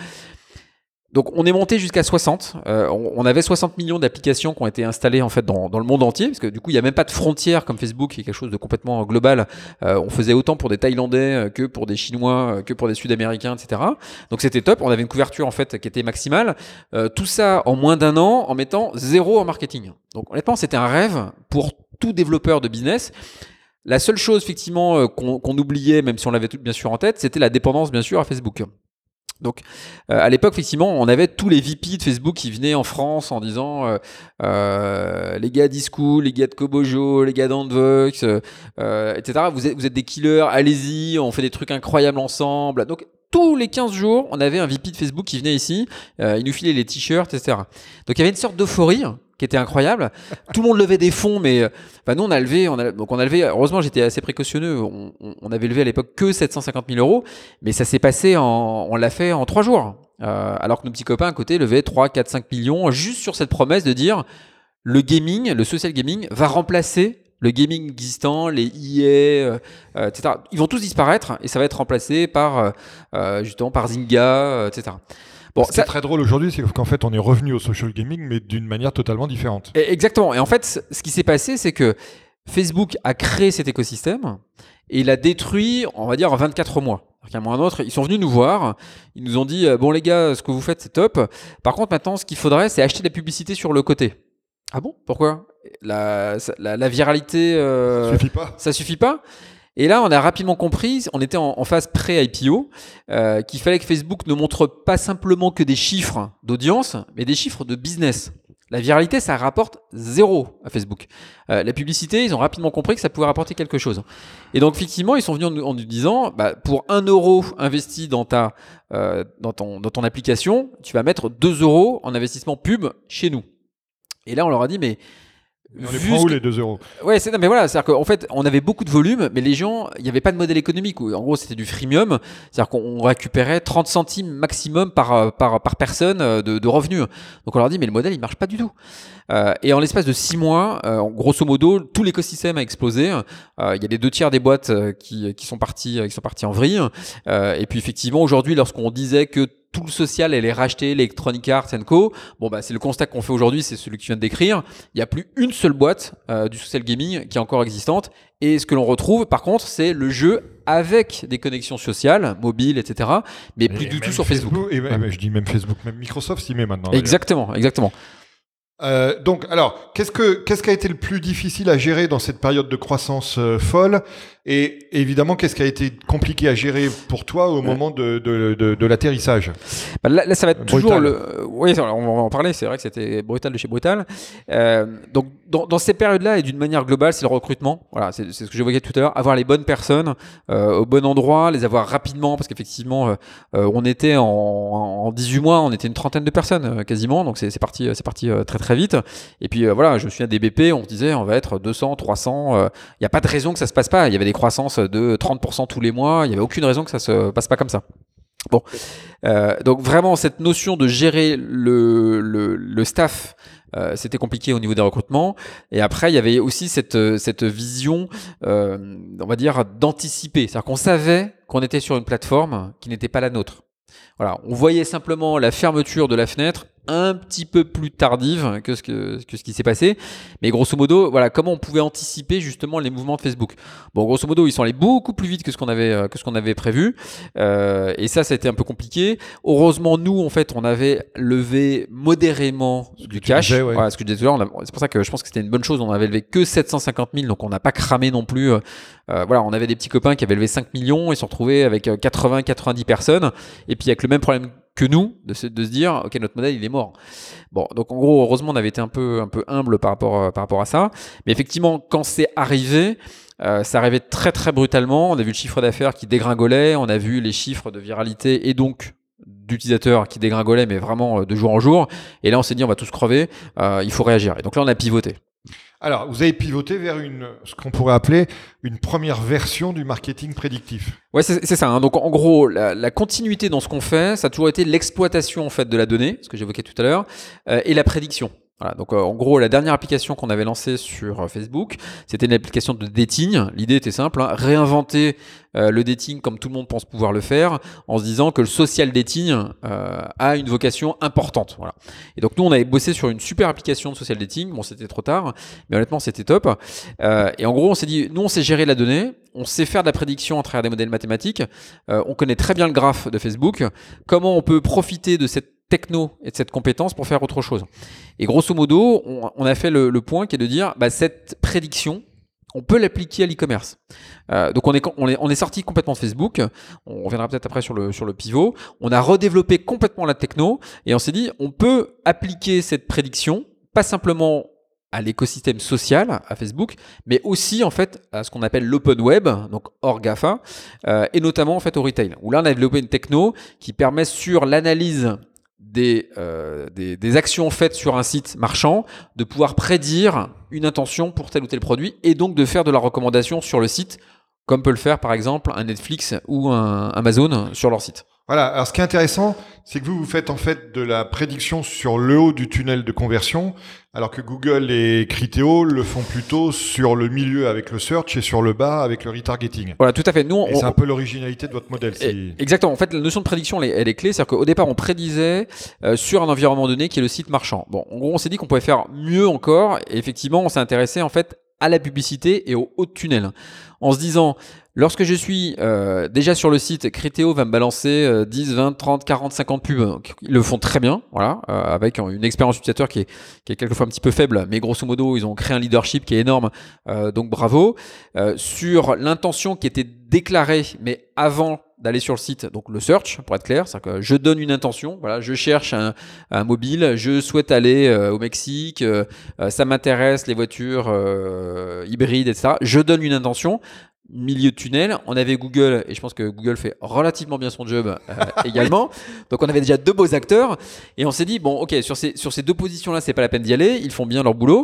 Donc on est monté jusqu'à soixante. Euh, on, on avait soixante millions d'applications qui ont été installées en fait dans, dans le monde entier, parce que du coup il n'y a même pas de frontières comme Facebook, qui est quelque chose de complètement global. Euh, on faisait autant pour des Thaïlandais que pour des Chinois, que pour des Sud-Américains, et cetera. Donc c'était top. On avait une couverture en fait qui était maximale. Euh, tout ça en moins d'un an, en mettant zéro en marketing. Donc honnêtement, c'était un rêve pour tout développeur de business. La seule chose effectivement qu'on, qu'on oubliait, même si on l'avait tout bien sûr en tête, c'était la dépendance bien sûr à Facebook. Donc, euh, à l'époque, effectivement, on avait tous les V P de Facebook qui venaient en France en disant euh, euh, les gars d'E-School, les gars de Kobojo, les gars d'Andvox, euh, et cetera. Vous êtes, vous êtes des killers, allez-y, on fait des trucs incroyables ensemble. Donc, tous les quinze jours, on avait un V P de Facebook qui venait ici, euh, il nous filait les t-shirts, et cetera. Donc, il y avait une sorte d'euphorie qui était incroyable. Tout le monde levait des fonds, mais enfin, nous on a levé, on a, donc on a levé. Heureusement, j'étais assez précautionneux. On, on, on avait levé à l'époque que sept cent cinquante mille euros, mais ça s'est passé en, on l'a fait en trois jours. Euh, alors que nos petits copains à côté levaient trois, quatre, cinq millions juste sur cette promesse de dire le gaming, le social gaming va remplacer le gaming existant, les I A, euh, euh, et cetera. Ils vont tous disparaître et ça va être remplacé par euh, justement par Zynga, euh, et cetera. Bon, ce qui est très drôle aujourd'hui, c'est qu'en fait, on est revenu au social gaming, mais d'une manière totalement différente. Exactement. Et en fait, ce qui s'est passé, c'est que Facebook a créé cet écosystème et il l'a détruit, on va dire, en vingt-quatre mois. À un moment ou un autre, ils sont venus nous voir, ils nous ont dit « Bon les gars, ce que vous faites, c'est top. Par contre, maintenant, ce qu'il faudrait, c'est acheter de la publicité sur le côté. » Ah bon ? Pourquoi ? la, la, la viralité, euh, ça suffit pas. Ça suffit pas ? Et là, on a rapidement compris, on était en, en phase pré-I P O, euh, qu'il fallait que Facebook ne montre pas simplement que des chiffres d'audience, mais des chiffres de business. La viralité, ça rapporte zéro à Facebook. Euh, la publicité, ils ont rapidement compris que ça pouvait rapporter quelque chose. Et donc, effectivement, ils sont venus en nous, en nous disant, bah, pour un euro investi dans ta, euh, dans ton, dans ton application, tu vas mettre deux euros en investissement pub chez nous. Et là, on leur a dit, mais on les prend où que... les deux euros? Ouais, c'est non, mais voilà, c'est-à-dire qu'en fait, on avait beaucoup de volume, mais les gens, il n'y avait pas de modèle économique. En gros, c'était du freemium, c'est-à-dire qu'on récupérait trente centimes maximum par par par personne de, de revenus. Donc on leur dit, mais le modèle, il marche pas du tout. Euh, et en l'espace de six mois, euh, grosso modo, tout l'écosystème a explosé. Euh, il y a les deux tiers des boîtes qui qui sont partis qui sont partis en vrille. Euh, et puis effectivement, aujourd'hui, lorsqu'on disait que tout le social allait racheter Electronic Arts and Co. Bon, bah, c'est le constat qu'on fait aujourd'hui, c'est celui que tu viens de décrire. Il n'y a plus une seule boîte euh, du social gaming qui est encore existante. Et ce que l'on retrouve, par contre, c'est le jeu avec des connexions sociales, mobiles, et cetera. Mais et plus du tout sur Facebook. Facebook. Et, ouais. Je dis même Facebook, même Microsoft s'y met maintenant. Exactement, d'ailleurs. exactement. Euh, donc, alors, qu'est-ce que qu'est-ce qui a été le plus difficile à gérer dans cette période de croissance euh, folle? Et évidemment, qu'est-ce qui a été compliqué à gérer pour toi au moment de, de, de, de l'atterrissage? Bah là, là, ça va être brutal. Toujours le. Oui, on va en parler. C'est vrai que c'était brutal de chez brutal. Euh, donc, dans, dans ces périodes-là et d'une manière globale, c'est le recrutement. Voilà, c'est, c'est ce que j'évoquais tout à l'heure. Avoir les bonnes personnes euh, au bon endroit, les avoir rapidement, parce qu'effectivement, euh, on était en, en dix-huit mois, on était une trentaine de personnes euh, quasiment. Donc, c'est, c'est parti, c'est parti euh, très très vite. Et puis euh, voilà, je me souviens des B P, on se disait on va être deux cents, trois cents. Il euh, n'y a pas de raison que ça se passe pas. Il y avait des croissances de trente pour cent tous les mois. Il n'y avait aucune raison que ça se passe pas comme ça. Bon, euh, donc vraiment cette notion de gérer le, le, le staff, euh, c'était compliqué au niveau des recrutements. Et après, il y avait aussi cette, cette vision, euh, on va dire, d'anticiper. C'est-à-dire qu'on savait qu'on était sur une plateforme qui n'était pas la nôtre. Voilà, on voyait simplement la fermeture de la fenêtre un petit peu plus tardive que ce, que, que ce qui s'est passé. Mais grosso modo, voilà, comment on pouvait anticiper justement les mouvements de Facebook. Bon, grosso modo, ils sont allés beaucoup plus vite que ce qu'on avait, que ce qu'on avait prévu. Euh, et ça, ça a été un peu compliqué. Heureusement, nous, en fait, on avait levé modérément ce du cash. Disais, ouais. Voilà, ce que je disais tout à l'heure. C'est pour ça que je pense que c'était une bonne chose. On avait levé que sept cent cinquante mille, donc on n'a pas cramé non plus. Euh, voilà, on avait des petits copains qui avaient levé cinq millions et se retrouvaient avec quatre-vingts quatre-vingt-dix personnes. Et puis avec le même problème que nous, de se, de se dire, ok, notre modèle, il est mort. Bon, donc en gros, heureusement, on avait été un peu, un peu humble par rapport, euh, par rapport à ça. Mais effectivement, quand c'est arrivé, euh, ça arrivait très, très brutalement. On a vu le chiffre d'affaires qui dégringolait, on a vu les chiffres de viralité et donc d'utilisateurs qui dégringolaient, mais vraiment de jour en jour. Et là, on s'est dit, on va tous crever, euh, il faut réagir. Et donc là, on a pivoté. Alors, vous avez pivoté vers une, ce qu'on pourrait appeler une première version du marketing prédictif. Ouais, c'est, c'est ça. Hein. Donc, en gros, la, la continuité dans ce qu'on fait, ça a toujours été l'exploitation en fait de la donnée, ce que j'évoquais tout à l'heure, euh, et la prédiction. Voilà, donc euh, en gros, la dernière application qu'on avait lancée sur euh, Facebook, c'était une application de dating. L'idée était simple, hein, réinventer euh, le dating comme tout le monde pense pouvoir le faire, en se disant que le social dating euh, a une vocation importante. Voilà. Et donc nous, on avait bossé sur une super application de social dating. Bon, c'était trop tard, mais honnêtement, c'était top. Euh, et en gros, on s'est dit, nous, on sait gérer la donnée, on sait faire de la prédiction à travers des modèles mathématiques, euh, on connaît très bien le graphe de Facebook. Comment on peut profiter de cette techno et de cette compétence pour faire autre chose. Et grosso modo, on, on a fait le, le point qui est de dire, bah, cette prédiction, on peut l'appliquer à l'e-commerce. Euh, donc on est, on, est, on est sorti complètement de Facebook, on reviendra peut-être après sur le, sur le pivot, on a redéveloppé complètement la techno et on s'est dit, on peut appliquer cette prédiction, pas simplement à l'écosystème social, à Facebook, mais aussi en fait à ce qu'on appelle l'open web, donc hors GAFA, euh, et notamment en fait au retail, où là on a développé une techno qui permet sur l'analyse Des, euh, des, des actions faites sur un site marchand, de pouvoir prédire une intention pour tel ou tel produit et donc de faire de la recommandation sur le site, comme peut le faire par exemple un Netflix ou un Amazon sur leur site. Voilà, alors ce qui est intéressant, c'est que vous, vous faites en fait de la prédiction sur le haut du tunnel de conversion, alors que Google et Criteo le font plutôt sur le milieu avec le search et sur le bas avec le retargeting. Voilà, tout à fait. Nous, on, et c'est un peu l'originalité de votre modèle. Si... Exactement. En fait, la notion de prédiction, elle est, elle est clé. C'est-à-dire qu'au départ, on prédisait euh, sur un environnement donné qui est le site marchand. Bon, en gros, on s'est dit qu'on pouvait faire mieux encore. Et effectivement, on s'est intéressé en fait à la publicité et au haut de tunnel. En se disant, lorsque je suis euh, déjà sur le site, Criteo va me balancer euh, dix, vingt, trente, quarante, cinquante pubs. Ils le font très bien, voilà, euh, avec une expérience utilisateur qui est, qui est quelquefois un petit peu faible, mais grosso modo, ils ont créé un leadership qui est énorme, euh, donc bravo. Euh, sur l'intention qui était déclarée, mais avant d'aller sur le site, donc le search pour être clair, c'est-à-dire que je donne une intention, voilà, je cherche un, un mobile, je souhaite aller euh, au Mexique, euh, ça m'intéresse les voitures euh, hybrides, et cetera. Je donne une intention. Milieu de tunnel, on avait Google, et je pense que Google fait relativement bien son job euh, également. Donc on avait déjà deux beaux acteurs, et on s'est dit bon, ok, sur ces sur ces deux positions-là, c'est pas la peine d'y aller, ils font bien leur boulot.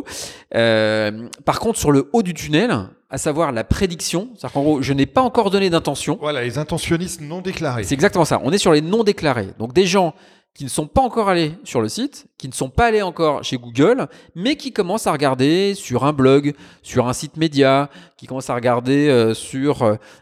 Euh, par contre, sur le haut du tunnel, à savoir la prédiction, c'est-à-dire qu'en gros, je n'ai pas encore donné d'intention. Voilà, les intentionnistes non déclarés. C'est exactement ça. On est sur les non déclarés, donc des gens qui ne sont pas encore allés sur le site, qui ne sont pas allés encore chez Google, mais qui commencent à regarder sur un blog, sur un site média, qui commencent à regarder euh, sur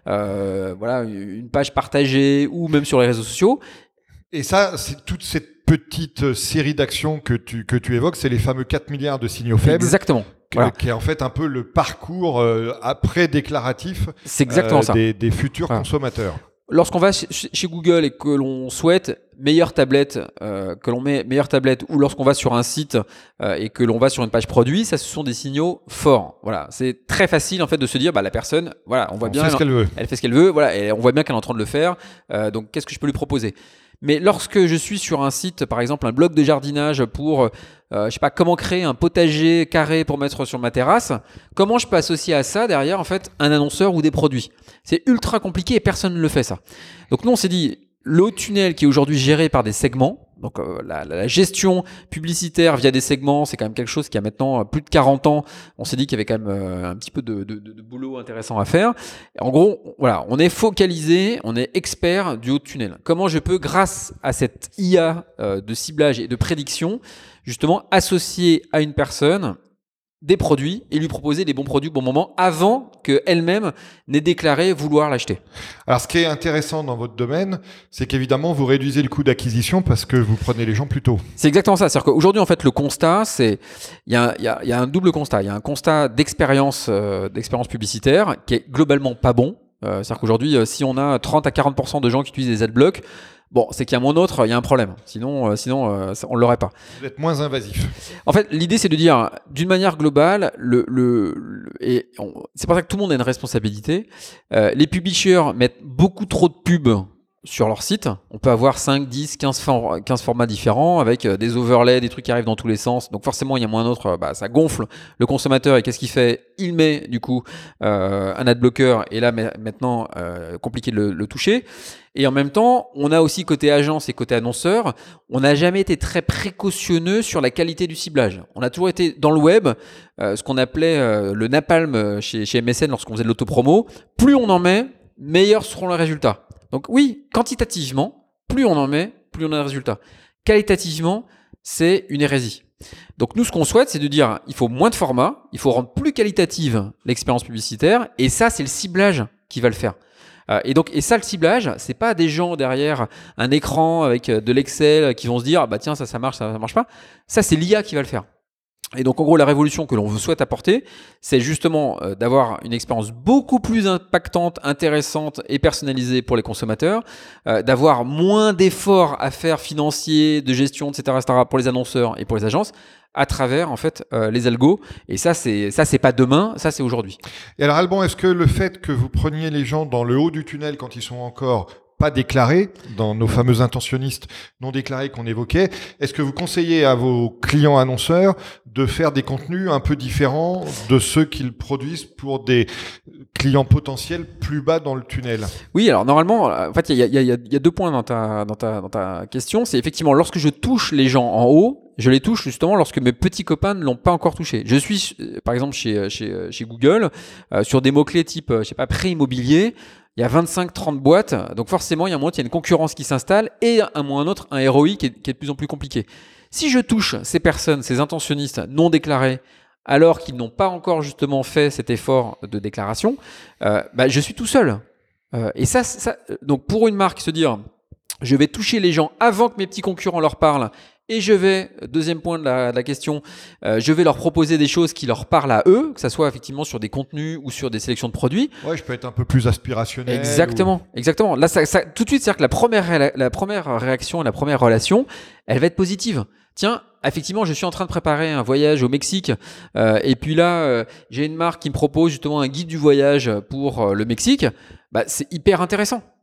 euh, voilà, une page partagée ou même sur les réseaux sociaux. Et ça, c'est toute cette petite série d'actions que tu, que tu évoques, c'est les fameux quatre milliards de signaux faibles. Exactement. Que, voilà. Qui est en fait un peu le parcours euh, après déclaratif c'est exactement euh, ça. Des, des futurs voilà. consommateurs. Lorsqu'on va chez Google et que l'on souhaite meilleure tablette, euh, que l'on met meilleure tablette, ou lorsqu'on va sur un site euh, et que l'on va sur une page produit, ça, ce sont des signaux forts. Voilà, c'est très facile en fait de se dire, bah la personne, voilà, on voit on bien, fait ce qu'elle veut. Elle fait ce qu'elle veut, voilà, et on voit bien qu'elle est en train de le faire. Euh, donc, qu'est-ce que je peux lui proposer ? Mais lorsque je suis sur un site, par exemple un blog de jardinage pour, euh, je sais pas, comment créer un potager carré pour mettre sur ma terrasse, comment je peux associer à ça derrière en fait un annonceur ou des produits ? C'est ultra compliqué et personne ne le fait ça. Donc nous on s'est dit, le haut de tunnel qui est aujourd'hui géré par des segments, donc euh, la, la gestion publicitaire via des segments, c'est quand même quelque chose qui a maintenant plus de quarante ans. On s'est dit qu'il y avait quand même euh, un petit peu de, de, de, de boulot intéressant à faire. En gros, voilà, on est focalisé, on est expert du haut de tunnel. Comment je peux, grâce à cette I A euh, de ciblage et de prédiction, justement associer à une personne des produits et lui proposer des bons produits au bon moment avant qu'elle-même n'ait déclaré vouloir l'acheter. Alors, ce qui est intéressant dans votre domaine, c'est qu'évidemment, vous réduisez le coût d'acquisition parce que vous prenez les gens plus tôt. C'est exactement ça. C'est-à-dire qu'aujourd'hui, en fait, le constat, c'est il y a, y, a, y a un double constat. Il y a un constat d'expérience, euh, d'expérience publicitaire qui est globalement pas bon. Euh, c'est-à-dire qu'aujourd'hui, euh, si on a trente à quarante pour cent de gens qui utilisent des adblocks, bon, c'est qu'à mon autre, il y a un problème. Sinon, euh, sinon euh, on ne l'aurait pas. Vous êtes moins invasif. En fait, l'idée, c'est de dire, d'une manière globale, le, le, le et on, c'est pour ça que tout le monde a une responsabilité. Euh, les publishers mettent beaucoup trop de pubs sur leur site. On peut avoir cinq, dix, quinze, for- quinze formats différents avec euh, des overlays, des trucs qui arrivent dans tous les sens. Donc forcément, il y a moins d'autres, bah, ça gonfle le consommateur. Et qu'est-ce qu'il fait ? Il met du coup euh, un adblocker et là maintenant, euh, compliqué de le, le toucher. Et en même temps, on a aussi côté agence et côté annonceur, on n'a jamais été très précautionneux sur la qualité du ciblage. On a toujours été dans le web, euh, ce qu'on appelait euh, le napalm chez, chez M S N lorsqu'on faisait de l'autopromo. Plus on en met, meilleurs seront les résultats. Donc oui, quantitativement, plus on en met, plus on a de résultats. Qualitativement, c'est une hérésie. Donc nous, ce qu'on souhaite, c'est de dire, il faut moins de formats, il faut rendre plus qualitative l'expérience publicitaire, et ça, c'est le ciblage qui va le faire. Euh, et donc, et ça, le ciblage, c'est pas des gens derrière un écran avec de l'Excel qui vont se dire, bah tiens, ça, ça marche, ça, ça marche pas. Ça, c'est l'I A qui va le faire. Et donc, en gros, la révolution que l'on souhaite apporter, c'est justement euh, d'avoir une expérience beaucoup plus impactante, intéressante et personnalisée pour les consommateurs, euh, d'avoir moins d'efforts à faire financiers, de gestion, et cetera, et cetera pour les annonceurs et pour les agences, à travers en fait euh, les algos. Et ça, c'est ça, c'est pas demain, ça, c'est aujourd'hui. Et alors, Alban, est-ce que le fait que vous preniez les gens dans le haut du tunnel quand ils sont encore pas déclarés, dans nos fameux intentionnistes non déclarés qu'on évoquait, est-ce que vous conseillez à vos clients annonceurs de faire des contenus un peu différents de ceux qu'ils produisent pour des clients potentiels plus bas dans le tunnel ? Oui, alors normalement, en fait, il y a, y, a, y a deux points dans ta, dans ta, dans ta question. C'est effectivement lorsque je touche les gens en haut, je les touche justement lorsque mes petits copains ne l'ont pas encore touché. Je suis, par exemple, chez, chez, chez Google, euh, sur des mots-clés type, je sais pas, prêt immobilier. Il y a vingt-cinq trente boîtes, donc forcément, il y a un moment, il y a une concurrence qui s'installe et un moment un autre, un R O I qui est, qui est de plus en plus compliqué. Si je touche ces personnes, ces intentionnistes non déclarés, alors qu'ils n'ont pas encore justement fait cet effort de déclaration, euh, bah, je suis tout seul. Euh, et ça, ça, donc pour une marque, se dire, je vais toucher les gens avant que mes petits concurrents leur parlent, et je vais, deuxième point de la, de la question, euh, je vais leur proposer des choses qui leur parlent à eux, que ça soit effectivement sur des contenus ou sur des sélections de produits. Ouais, je peux être un peu plus aspirationnel. Exactement, ou... exactement. Là, ça, ça, tout de suite, c'est-à-dire que la première, la première réaction et la première relation, elle va être positive. Tiens, effectivement, je suis en train de préparer un voyage au Mexique, euh, et puis là, euh, j'ai une marque qui me propose justement un guide du voyage pour euh, le Mexique. Bah, c'est hyper intéressant.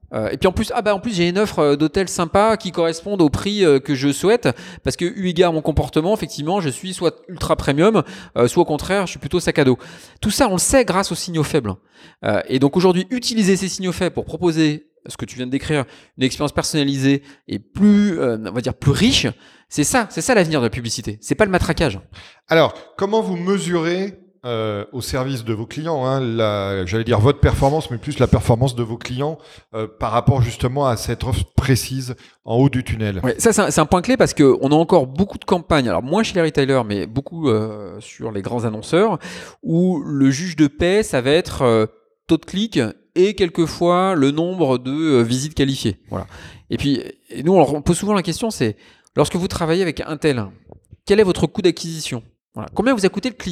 Euh, et puis en plus, ah bah en plus j'ai une offre d'hôtel sympa qui correspond au prix euh, que je souhaite, parce que eu égard à mon comportement, effectivement, je suis soit ultra premium, euh, soit au contraire, je suis plutôt sac à dos. Tout ça, on le sait grâce aux signaux faibles. Euh, et donc aujourd'hui, utiliser ces signaux faibles pour proposer ce que tu viens de décrire, une expérience personnalisée et plus, euh, on va dire plus riche, c'est ça, c'est ça l'avenir de la publicité. C'est pas le matraquage. Alors, comment vous mesurez Euh, au service de vos clients, hein, la, j'allais dire votre performance, mais plus la performance de vos clients euh, par rapport justement à cette offre précise en haut du tunnel. Ouais, ça c'est un, c'est un point clé parce que on a encore beaucoup de campagnes, alors moins chez les retailers, mais beaucoup euh, sur les grands annonceurs, où le juge de paix, ça va être euh, taux de clic et quelquefois le nombre de euh, visites qualifiées. Voilà. Et puis et nous, on pose souvent la question, c'est lorsque vous travaillez avec un tel, quel est votre coût d'acquisition ? Voilà. Combien vous a coûté le client ?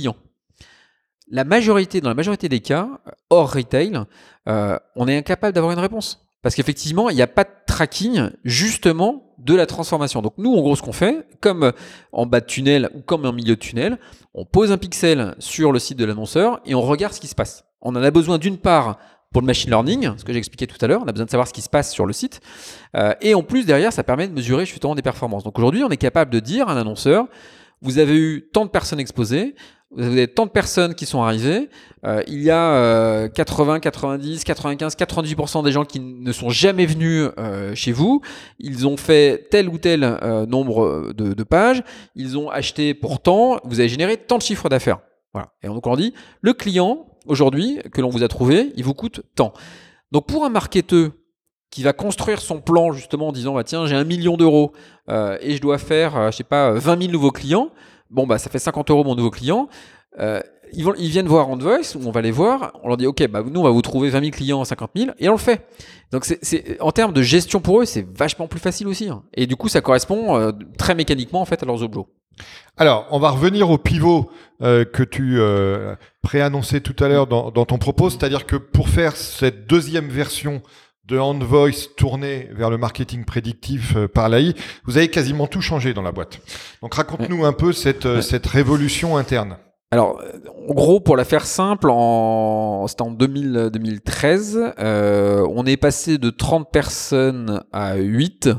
La majorité, dans la majorité des cas, hors retail, euh, on est incapable d'avoir une réponse. Parce qu'effectivement, il n'y a pas de tracking, justement, de la transformation. Donc nous, en gros, ce qu'on fait, comme en bas de tunnel ou comme en milieu de tunnel, on pose un pixel sur le site de l'annonceur et on regarde ce qui se passe. On en a besoin d'une part pour le machine learning, ce que j'ai expliqué tout à l'heure, on a besoin de savoir ce qui se passe sur le site. Euh, et en plus, derrière, ça permet de mesurer justement des performances. Donc aujourd'hui, on est capable de dire à un annonceur, vous avez eu tant de personnes exposées, vous avez tant de personnes qui sont arrivées, euh, il y a euh, quatre-vingts, quatre-vingt-dix, quatre-vingt-quinze, quatre-vingt-dix pour cent des gens qui ne sont jamais venus euh, chez vous, ils ont fait tel ou tel euh, nombre de, de pages, ils ont acheté pour tant, vous avez généré tant de chiffres d'affaires. Voilà. Et donc on dit, le client, aujourd'hui, que l'on vous a trouvé, il vous coûte tant. Donc pour un marketeur qui va construire son plan justement en disant bah, tiens j'ai un million d'euros euh, et je dois faire euh, je sais pas vingt mille nouveaux clients, bon bah ça fait cinquante euros mon nouveau client, euh, ils, vont, ils viennent voir Envoice, où on va les voir, on leur dit ok bah nous on va vous trouver vingt mille clients à cinquante mille et on le fait. Donc c'est, c'est, en termes de gestion pour eux c'est vachement plus facile aussi, hein. Et du coup ça correspond euh, très mécaniquement en fait à leurs objets. Alors, on va revenir au pivot euh, que tu euh, préannonçais tout à l'heure dans, dans ton propos, c'est-à-dire que pour faire cette deuxième version de Envoice tournée vers le marketing prédictif euh, par l'A I, vous avez quasiment tout changé dans la boîte. Donc raconte-nous un peu cette, euh, cette révolution interne. Alors, en gros, pour la faire simple, en, c'était en deux mille, deux mille treize, euh, on est passé de trente personnes à huit.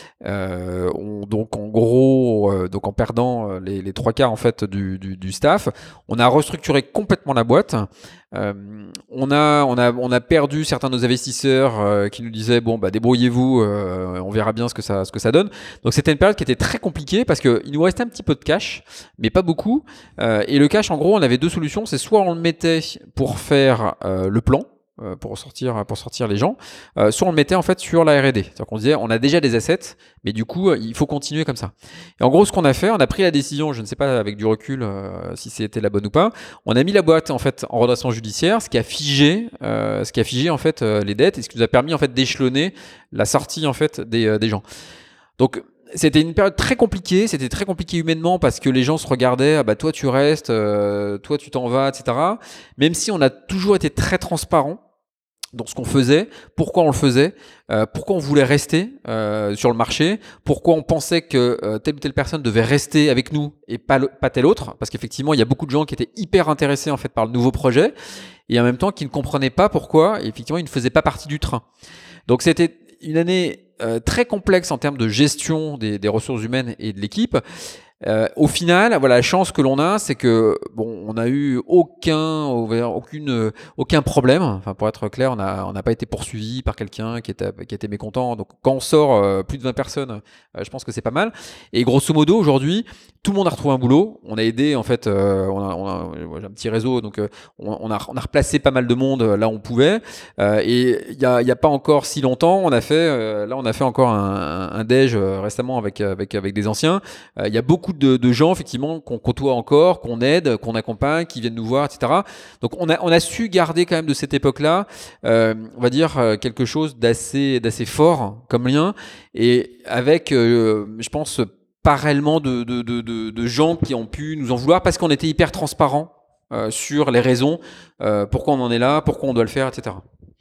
Euh, on, donc en gros, euh, donc en perdant les, les trois quarts en fait du, du, du staff, on a restructuré complètement la boîte. Euh, on a on a on a perdu certains de nos investisseurs euh, qui nous disaient bon bah débrouillez-vous, euh, on verra bien ce que ça ce que ça donne. Donc c'était une période qui était très compliquée parce que il nous restait un petit peu de cash, mais pas beaucoup. Euh, et le cash en gros, on avait deux solutions, c'est soit on le mettait pour faire euh, le plan. Pour sortir, pour sortir les gens, euh, soit on le mettait en fait sur la R et D. C'est-à-dire qu'on disait on a déjà des assets, mais du coup il faut continuer comme ça. Et en gros ce qu'on a fait, on a pris la décision, je ne sais pas avec du recul euh, si c'était la bonne ou pas, on a mis la boîte en fait en redressement judiciaire, ce qui a figé, euh, ce qui a figé en fait euh, les dettes et ce qui nous a permis en fait d'échelonner la sortie en fait des, euh, des gens. Donc c'était une période très compliquée, c'était très compliqué humainement parce que les gens se regardaient, ah bah toi tu restes, euh, toi tu t'en vas, et cetera. Même si on a toujours été très transparent dans ce qu'on faisait, pourquoi on le faisait, euh, pourquoi on voulait rester euh, sur le marché, pourquoi on pensait que euh, telle ou telle personne devait rester avec nous et pas, le, pas telle autre, parce qu'effectivement il y a beaucoup de gens qui étaient hyper intéressés en fait par le nouveau projet et en même temps qui ne comprenaient pas pourquoi et effectivement ils ne faisaient pas partie du train. Donc c'était une année euh, très complexe en termes de gestion des, des ressources humaines et de l'équipe. Euh, au final, voilà, la chance que l'on a, c'est que bon, on n'a eu aucun, aucune, aucun problème. Enfin, pour être clair, on a, on n'a pas été poursuivi par quelqu'un qui était, qui était mécontent. Donc, quand on sort euh, plus de vingt personnes, euh, je pense que c'est pas mal. Et grosso modo, aujourd'hui, tout le monde a retrouvé un boulot. On a aidé, en fait, euh, on a, on a j'ai un petit réseau, donc euh, on, on a, on a replacé pas mal de monde là où on pouvait. Euh, et il y a, il y a pas encore si longtemps, on a fait, euh, là, on a fait encore un, un, un déj euh, récemment avec, avec, avec des anciens. Euh, il y a beaucoup De, de gens effectivement qu'on côtoie encore, qu'on aide, qu'on accompagne, qui viennent nous voir, et cetera. Donc on a on a su garder quand même de cette époque-là, euh, on va dire euh, quelque chose d'assez d'assez fort comme lien, et avec, euh, je pense, pas réellement de, de de de de gens qui ont pu nous en vouloir parce qu'on était hyper transparent euh, sur les raisons, euh, pourquoi on en est là, pourquoi on doit le faire, et cetera.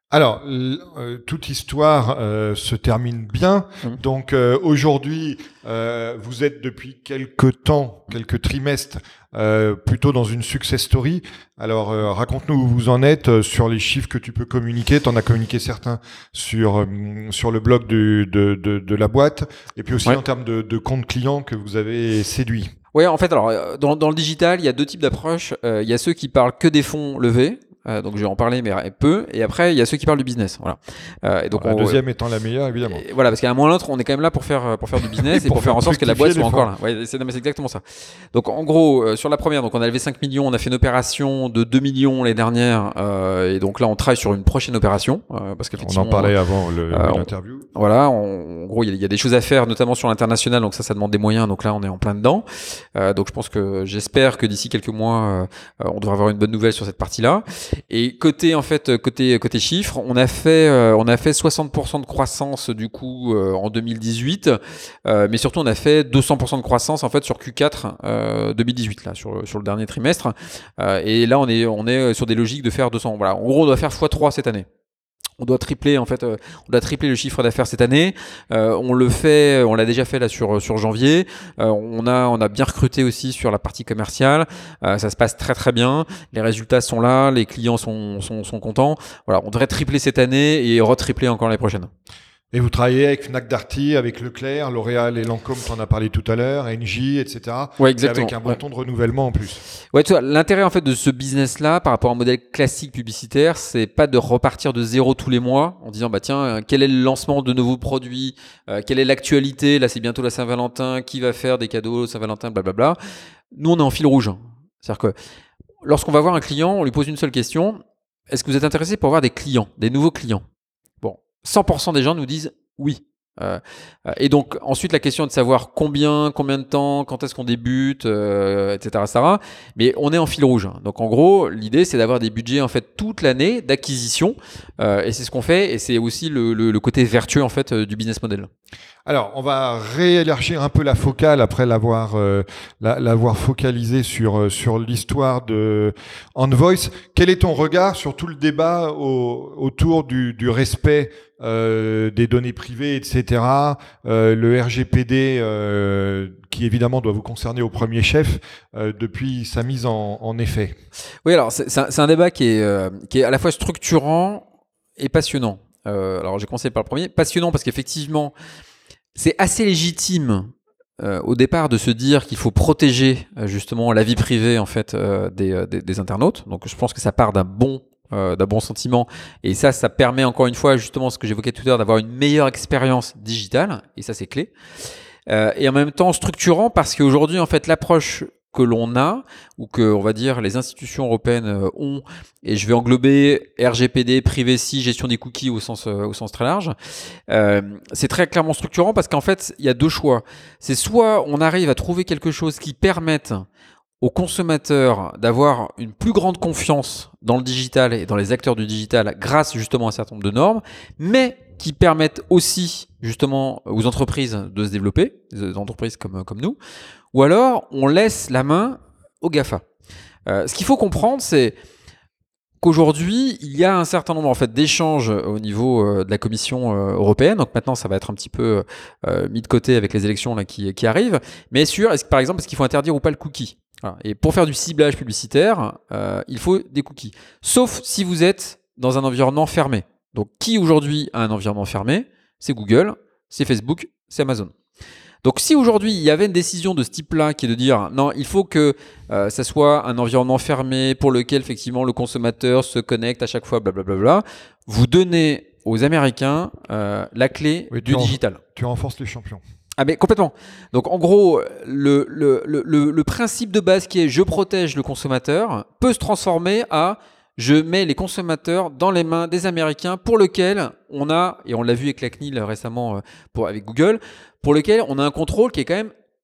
Alors, euh, toute histoire euh, se termine bien. Mmh. Donc euh, aujourd'hui, euh, vous êtes depuis quelques temps, quelques trimestres, euh, plutôt dans une success story. Alors euh, raconte-nous où vous en êtes euh, sur les chiffres que tu peux communiquer. Tu en as communiqué certains sur euh, sur le blog du, de, de de la boîte, et puis aussi ouais. en termes de, de compte client que vous avez séduit. Oui, en fait, alors dans, dans le digital, il y a deux types d'approches. Euh, il y a ceux qui parlent que des fonds levés. Euh, donc je vais en parler mais peu, et après il y a ceux qui parlent du business, voilà. Euh, et donc la on, deuxième euh, étant la meilleure évidemment. Et voilà, parce qu'à un moment ou l'autre on est quand même là pour faire pour faire du business et pour, pour faire en sorte que la boîte soit encore là. Ouais, c'est, non, mais c'est exactement ça. Donc en gros euh, sur la première, donc on a levé cinq millions, on a fait une opération de deux millions l'année dernière, euh, et donc là on travaille sur une prochaine opération euh, parce qu'effectivement on en parlait avant le, euh, l'interview. On, voilà, on, en gros il y, y a des choses à faire notamment sur l'international, donc ça ça demande des moyens, donc là on est en plein dedans. Euh, donc je pense que j'espère que d'ici quelques mois euh, on devrait avoir une bonne nouvelle sur cette partie-là. Et côté en fait côté côté chiffres, on a fait euh, on a fait soixante pour cent de croissance du coup euh, en deux mille dix-huit, euh, mais surtout on a fait deux cents pour cent de croissance en fait sur Q quatre euh, deux mille dix-huit là sur sur le dernier trimestre, euh, et là on est on est sur des logiques de faire deux cents. Voilà, en gros on doit faire fois trois cette année. On doit tripler en fait, euh, on doit tripler le chiffre d'affaires cette année. Euh, on le fait, on l'a déjà fait là sur sur janvier. Euh, on a on a bien recruté aussi sur la partie commerciale. Euh, ça se passe très très bien. Les résultats sont là, les clients sont sont sont contents. Voilà, on devrait tripler cette année et retripler encore l'année prochaine. Et vous travaillez avec Fnac Darty, avec Leclerc, L'Oréal et Lancôme, tu en as parlé tout à l'heure, Engie, et cetera. Ouais, exactement. Avec un bon ton de renouvellement en plus. Ouais, tu vois, l'intérêt en fait de ce business-là, par rapport à un modèle classique publicitaire, c'est pas de repartir de zéro tous les mois en disant bah tiens, quel est le lancement de nouveaux produits, euh, quelle est l'actualité, là c'est bientôt la Saint-Valentin, qui va faire des cadeaux Saint-Valentin, blablabla. Nous on est en fil rouge, c'est-à-dire que lorsqu'on va voir un client, on lui pose une seule question: est-ce que vous êtes intéressé pour avoir des clients, des nouveaux clients? Bon, cent pour cent des gens nous disent oui. Euh, et donc ensuite la question est de savoir combien, combien de temps, quand est-ce qu'on débute, euh, et cetera, et cetera. Mais on est en fil rouge. Donc en gros, l'idée c'est d'avoir des budgets en fait toute l'année d'acquisition, euh, et c'est ce qu'on fait. Et c'est aussi le, le, le côté vertueux en fait du business model. Alors, on va réélargir un peu la focale après l'avoir euh, la, l'avoir focalisé sur euh, sur l'histoire de OnVoice. Quel est ton regard sur tout le débat au, autour du, du respect euh, des données privées, et cetera. Euh, le R G P D, euh, qui évidemment doit vous concerner au premier chef euh, depuis sa mise en, en effet. Oui, alors c'est, c'est, un, c'est un débat qui est euh, qui est à la fois structurant et passionnant. Euh, alors j'ai commencé par le premier, passionnant parce qu'effectivement c'est assez légitime euh, au départ de se dire qu'il faut protéger euh, justement la vie privée en fait euh, des, des, des internautes. Donc je pense que ça part d'un bon euh, d'un bon sentiment, et ça ça permet encore une fois justement ce que j'évoquais tout à l'heure, d'avoir une meilleure expérience digitale, et ça c'est clé. Euh, et en même temps structurant parce qu'aujourd'hui en fait l'approche que l'on a, ou que on va dire les institutions européennes ont, et je vais englober R G P D, privacy, gestion des cookies au sens au sens très large. Euh, c'est très clairement structurant parce qu'en fait il y a deux choix. C'est soit on arrive à trouver quelque chose qui permette aux consommateurs d'avoir une plus grande confiance dans le digital et dans les acteurs du digital grâce justement à un certain nombre de normes, mais qui permettent aussi justement aux entreprises de se développer, des entreprises comme comme nous. Ou alors, on laisse la main aux GAFA. Euh, ce qu'il faut comprendre, c'est qu'aujourd'hui, il y a un certain nombre en fait, d'échanges au niveau euh, de la Commission euh, européenne. Donc maintenant, ça va être un petit peu euh, mis de côté avec les élections là, qui, qui arrivent. Mais sur, est-ce, par exemple, est-ce qu'il faut interdire ou pas le cookie ? Voilà. Et pour faire du ciblage publicitaire, euh, il faut des cookies. Sauf si vous êtes dans un environnement fermé. Donc qui aujourd'hui a un environnement fermé ? C'est Google, c'est Facebook, c'est Amazon. Donc si aujourd'hui il y avait une décision de ce type-là qui est de dire non, il faut que euh, ça soit un environnement fermé pour lequel effectivement le consommateur se connecte à chaque fois, blablabla, vous donnez aux Américains euh, la clé oui, du digital. En, tu renforces les champions. Ah mais complètement. Donc en gros, le, le, le, le, le principe de base qui est je protège le consommateur peut se transformer à je mets les consommateurs dans les mains des Américains pour lesquels on a, et on l'a vu avec la C N I L récemment pour, avec Google, pour lequel on a un contrôle qui est quand même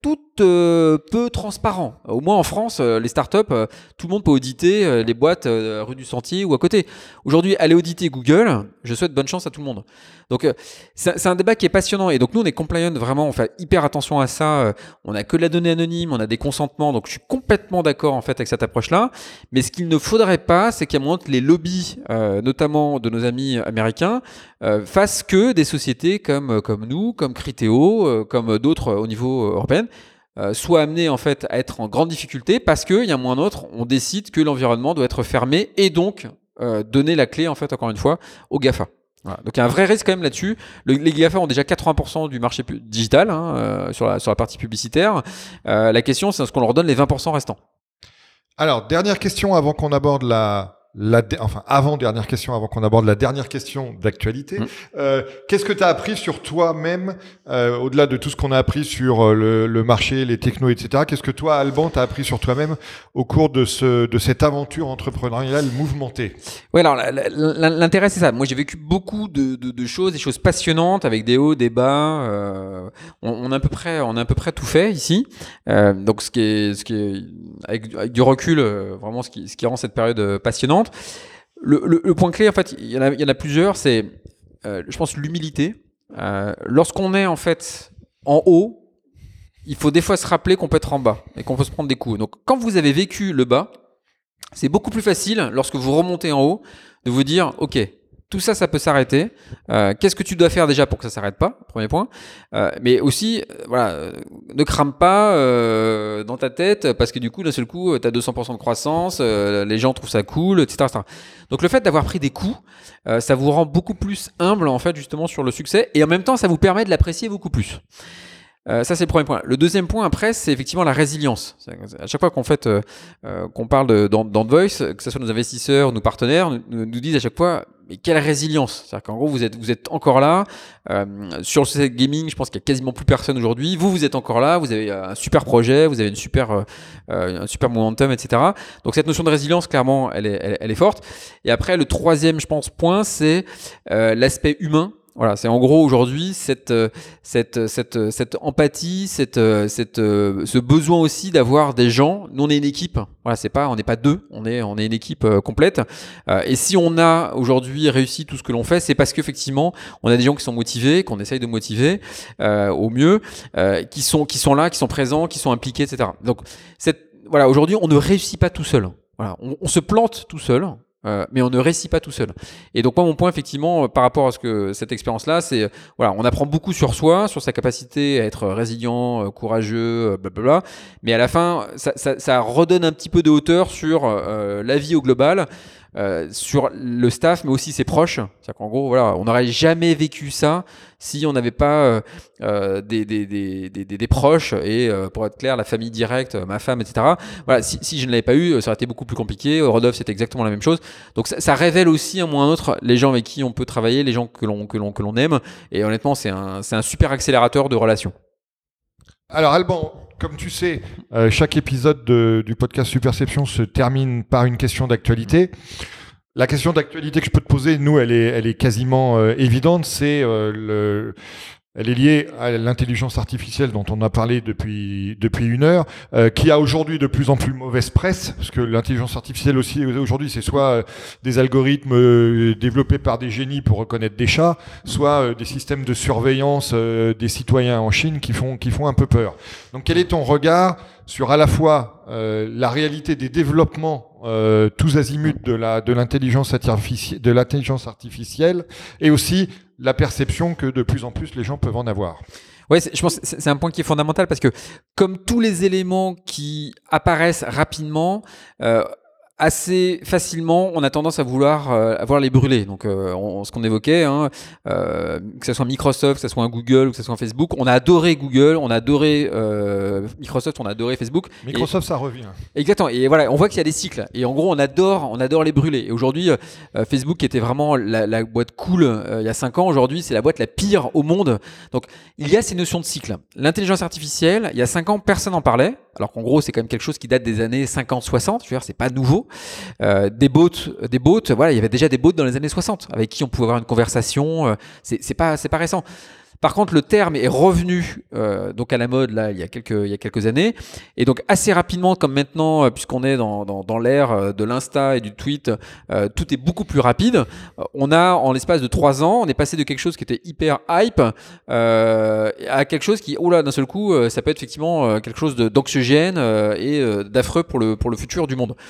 tout euh, peu transparent. Au moins en France, euh, les startups, euh, tout le monde peut auditer euh, les boîtes euh, rue du Sentier ou à côté. Aujourd'hui, aller auditer Google, je souhaite bonne chance à tout le monde. Donc, euh, c'est, c'est un débat qui est passionnant. Et donc, nous, on est compliant, vraiment, on fait hyper attention à ça. Euh, on n'a que de la donnée anonyme, on a des consentements. Donc, je suis complètement d'accord en fait avec cette approche-là. Mais ce qu'il ne faudrait pas, c'est qu'à un moment, les lobbies, euh, notamment de nos amis américains, euh, fassent que des sociétés comme, comme nous, comme Criteo, euh, comme d'autres euh, au niveau européen, Euh, soit amené en fait à être en grande difficulté parce qu'il y a un moment ou un autre, on décide que l'environnement doit être fermé et donc euh, donner la clé en fait encore une fois aux GAFA. Voilà. Donc il y a un vrai risque quand même là-dessus. Le, les GAFA ont déjà quatre-vingts pour cent du marché pu- digital hein, euh, sur, la, sur la partie publicitaire. Euh, la question c'est est-ce qu'on leur donne les vingt pour cent restants. Alors, dernière question avant qu'on aborde la... La de... Enfin, avant dernière question, avant qu'on aborde la dernière question d'actualité, mmh. euh, qu'est-ce que tu as appris sur toi-même, euh, au-delà de tout ce qu'on a appris sur euh, le, le marché, les technos, et cetera. Qu'est-ce que toi, Alban, t'as appris sur toi-même au cours de ce de cette aventure entrepreneuriale mouvementée? Oui, alors l'intérêt c'est ça. Moi, j'ai vécu beaucoup de, de, de choses, des choses passionnantes avec des hauts, des bas. Euh, on, on a à peu près, on a à peu près tout fait ici. Euh, donc, ce qui est, ce qui est avec, avec du recul, euh, vraiment, ce qui, ce qui rend cette période passionnante. Le, le, le point clé, en fait, il y en a, il y en a plusieurs. C'est, euh, je pense, l'humilité. Euh, lorsqu'on est en fait en haut, il faut des fois se rappeler qu'on peut être en bas et qu'on peut se prendre des coups. Donc, quand vous avez vécu le bas, c'est beaucoup plus facile lorsque vous remontez en haut de vous dire, ok, tout ça, ça peut s'arrêter. Euh, qu'est-ce que tu dois faire déjà pour que ça s'arrête pas? Premier point. Euh, mais aussi, euh, voilà, euh, ne crame pas euh, dans ta tête parce que du coup, d'un seul coup, tu as deux cents pour cent de croissance, euh, les gens trouvent ça cool, et cetera, et cetera. Donc le fait d'avoir pris des coups, euh, ça vous rend beaucoup plus humble en fait justement sur le succès et en même temps, ça vous permet de l'apprécier beaucoup plus. Euh, ça c'est le premier point. Le deuxième point après, c'est effectivement la résilience. À chaque fois qu'on fait, euh, euh, qu'on parle de, dans, dans The Voice, que ce soit nos investisseurs, nos partenaires, nous, nous disent à chaque fois, mais quelle résilience. C'est-à-dire qu'en gros, vous êtes, vous êtes encore là. Euh, sur le succès gaming, je pense qu'il y a quasiment plus personne aujourd'hui. Vous, vous êtes encore là. Vous avez un super projet, vous avez une super, euh, un super momentum, et cetera. Donc cette notion de résilience, clairement, elle est, elle, elle est forte. Et après, le troisième, je pense, point, c'est euh, l'aspect humain. Voilà, c'est en gros aujourd'hui cette cette cette cette empathie, cette cette ce besoin aussi d'avoir des gens. Nous on est une équipe. Voilà, c'est pas on n'est pas deux, on est on est une équipe complète. Et si on a aujourd'hui réussi tout ce que l'on fait, c'est parce qu'effectivement on a des gens qui sont motivés, qu'on essaye de motiver euh, au mieux, euh, qui sont qui sont là, qui sont présents, qui sont impliqués, et cetera. Donc cette voilà aujourd'hui on ne réussit pas tout seul. Voilà, on, on se plante tout seul. Euh, mais on ne réussit pas tout seul. Et donc moi mon point effectivement par rapport à ce que cette expérience-là, c'est voilà, on apprend beaucoup sur soi, sur sa capacité à être résilient, euh, courageux, blablabla. Mais à la fin, ça, ça, ça redonne un petit peu de hauteur sur euh, la vie au global. Euh, sur le staff mais aussi ses proches. C'est-à-dire qu'en gros voilà, on n'aurait jamais vécu ça si on n'avait pas euh, des, des, des, des, des proches et euh, pour être clair la famille directe, ma femme, et cetera. Voilà, si, si je ne l'avais pas eu, ça aurait été beaucoup plus compliqué. Rodolphe, c'était exactement la même chose. Donc ça, ça révèle aussi un moment ou un autre les gens avec qui on peut travailler, les gens que l'on que l'on que l'on aime. Et honnêtement, c'est un c'est un super accélérateur de relations. Alors Alban, comme tu sais, euh, chaque épisode de, du podcast Superception se termine par une question d'actualité. La question d'actualité que je peux te poser, nous, elle est, elle est quasiment euh, évidente. C'est euh, le, elle est liée à l'intelligence artificielle dont on a parlé depuis depuis une heure, euh, qui a aujourd'hui de plus en plus mauvaise presse, parce que l'intelligence artificielle aussi aujourd'hui, c'est soit euh, des algorithmes euh, développés par des génies pour reconnaître des chats, soit euh, des systèmes de surveillance euh, des citoyens en Chine qui font qui font un peu peur. Donc, quel est ton regard sur à la fois euh, la réalité des développements euh, tous azimuts de la de l'intelligence artificielle, de l'intelligence artificielle, et aussi la perception que de plus en plus les gens peuvent en avoir. Ouais, je pense que c'est un point qui est fondamental parce que comme tous les éléments qui apparaissent rapidement, euh, assez facilement, on a tendance à vouloir euh, avoir les brûler. Donc, euh, on, ce qu'on évoquait, hein, euh, que ce soit Microsoft, que ce soit un Google, que ce soit un Facebook, on a adoré Google, on a adoré euh, Microsoft, on a adoré Facebook. Microsoft, et, ça revient. Exactement. Et voilà, on voit qu'il y a des cycles. Et en gros, on adore, on adore les brûler. Et aujourd'hui, euh, Facebook qui était vraiment la, la boîte cool euh, il y a cinq ans, aujourd'hui, c'est la boîte la pire au monde. Donc, il y a ces notions de cycle. L'intelligence artificielle, il y a cinq ans, personne n'en parlait. Alors qu'en gros, c'est quand même quelque chose qui date des années cinquante soixante. Je veux dire, c'est pas nouveau. Euh, des bots, des bots, voilà, il y avait déjà des bots dans les années soixante avec qui on pouvait avoir une conversation. Euh, c'est, c'est pas, c'est pas récent. Par contre, le terme est revenu euh, donc à la mode là il y a quelques il y a quelques années, et donc assez rapidement, comme maintenant, euh, puisqu'on est dans dans, dans l'ère de l'Insta et du tweet, euh, tout est beaucoup plus rapide. Euh, on a en l'espace de trois ans, on est passé de quelque chose qui était hyper hype euh, à quelque chose qui, oula, d'un seul coup, euh, ça peut être effectivement euh, quelque chose de, d'anxiogène euh, et euh, d'affreux pour le pour le futur du monde.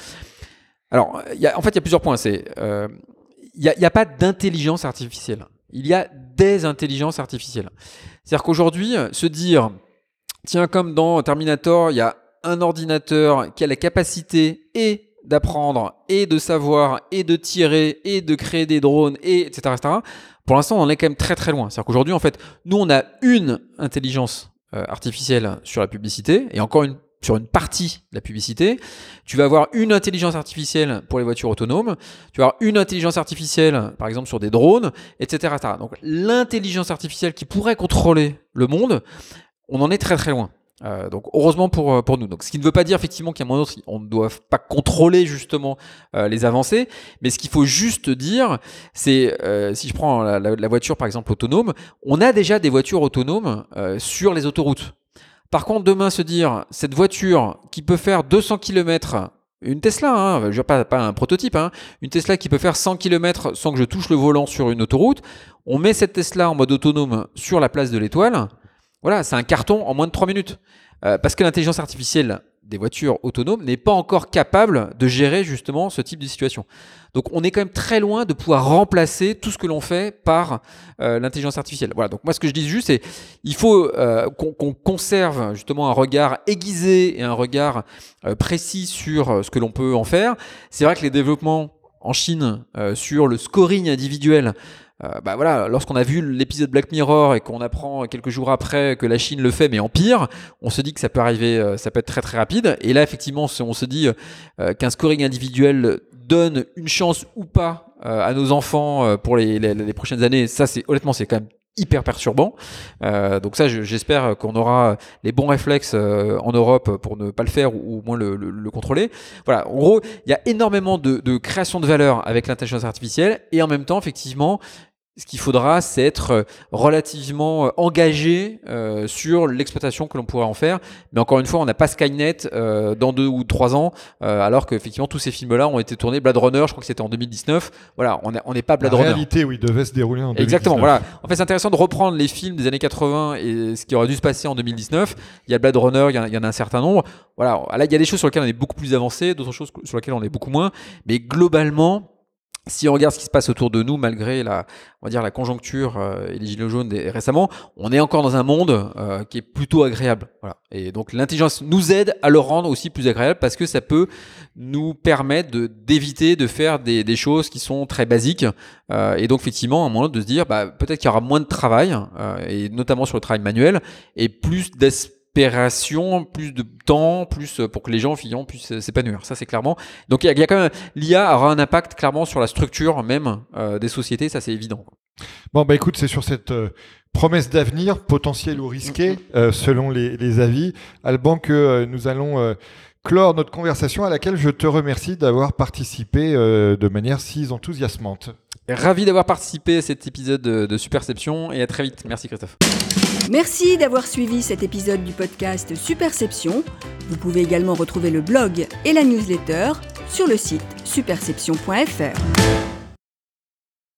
Alors, y a, en fait, il y a plusieurs points. C'est, euh, il y a, y a pas d'intelligence artificielle. Il y a des intelligences artificielles. C'est-à-dire qu'aujourd'hui, se dire, tiens, comme dans Terminator, il y a un ordinateur qui a la capacité et d'apprendre, et de savoir, et de tirer, et de créer des drones, et et cetera, et cetera. Pour l'instant, on en est quand même très très loin. C'est-à-dire qu'aujourd'hui, en fait, nous, on a une intelligence euh, artificielle sur la publicité, et encore une sur une partie de la publicité. Tu vas avoir une intelligence artificielle pour les voitures autonomes, tu vas avoir une intelligence artificielle, par exemple, sur des drones, et cetera, et cetera. Donc, l'intelligence artificielle qui pourrait contrôler le monde, on en est très très loin. Euh, donc heureusement pour pour nous. Donc ce qui ne veut pas dire effectivement qu'à un moment donné on ne doit pas contrôler justement euh, les avancées, mais ce qu'il faut juste dire, c'est euh, si je prends la, la, la voiture par exemple autonome, on a déjà des voitures autonomes euh, sur les autoroutes. Par contre, demain se dire cette voiture qui peut faire deux cents kilomètres, une Tesla, hein, je veux dire pas, pas un prototype, hein, une Tesla qui peut faire cent kilomètres sans que je touche le volant sur une autoroute, on met cette Tesla en mode autonome sur la place de l'Étoile. Voilà, c'est un carton en moins de trois minutes. Euh, parce que l'intelligence artificielle des voitures autonomes n'est pas encore capable de gérer justement ce type de situation. Donc on est quand même très loin de pouvoir remplacer tout ce que l'on fait par euh, l'intelligence artificielle. Voilà, donc moi ce que je dis juste, c'est il faut euh, qu'on, qu'on conserve justement un regard aiguisé et un regard euh, précis sur ce que l'on peut en faire. C'est vrai que les développements en Chine euh, sur le scoring individuel, Euh, bah voilà, lorsqu'on a vu l'épisode Black Mirror et qu'on apprend quelques jours après que la Chine le fait mais en pire, on se dit que ça peut arriver, euh, ça peut être très très rapide. Et là effectivement, on se dit euh, qu'un scoring individuel donne une chance ou pas euh, à nos enfants euh, pour les, les, les prochaines années. Ça, c'est honnêtement, c'est quand même hyper perturbant. Euh, donc ça, je, j'espère qu'on aura les bons réflexes euh, en Europe pour ne pas le faire ou, ou au moins le, le, le contrôler. Voilà, en gros, il y a énormément de, de création de valeur avec l'intelligence artificielle et en même temps, effectivement, ce qu'il faudra, c'est être relativement engagé euh, sur l'exploitation que l'on pourra en faire. Mais encore une fois, on n'a pas Skynet euh, dans deux ou trois ans, euh, alors qu'effectivement, tous ces films-là ont été tournés. Blade Runner, je crois que c'était en deux mille dix-neuf. Voilà, on n'est pas Blade Runner. La réalité, oui, devait se dérouler en deux mille dix-neuf. Exactement, voilà. En fait, c'est intéressant de reprendre les films des années quatre-vingts et ce qui aurait dû se passer en deux mille dix-neuf. Il y a Blade Runner, il y en a, il y en a un certain nombre. Voilà, là, il y a des choses sur lesquelles on est beaucoup plus avancé, d'autres choses sur lesquelles on est beaucoup moins. Mais globalement, si on regarde ce qui se passe autour de nous, malgré la, on va dire la conjoncture euh, et les gilets jaunes des, récemment, on est encore dans un monde euh, qui est plutôt agréable. Voilà. Et donc l'intelligence nous aide à le rendre aussi plus agréable parce que ça peut nous permettre de, d'éviter de faire des, des choses qui sont très basiques. Euh, et donc effectivement, à un moment de se dire, bah, peut-être qu'il y aura moins de travail, euh, et notamment sur le travail manuel, et plus d'esprit. Plus de temps, plus pour que les gens finalement puissent s'épanouir. Ça, c'est clairement. Donc, il y, y a quand même l'I A aura un impact clairement sur la structure même euh, des sociétés. Ça, c'est évident. Bon, bah écoute, c'est sur cette euh, promesse d'avenir, potentielle ou risquée, euh, selon les, les avis, Alban, que euh, nous allons euh, clore notre conversation à laquelle je te remercie d'avoir participé euh, de manière si enthousiasmante. Ravi d'avoir participé à cet épisode de, de Superception et à très vite. Merci Christophe. Merci d'avoir suivi cet épisode du podcast Superception. Vous pouvez également retrouver le blog et la newsletter sur le site superception point f r.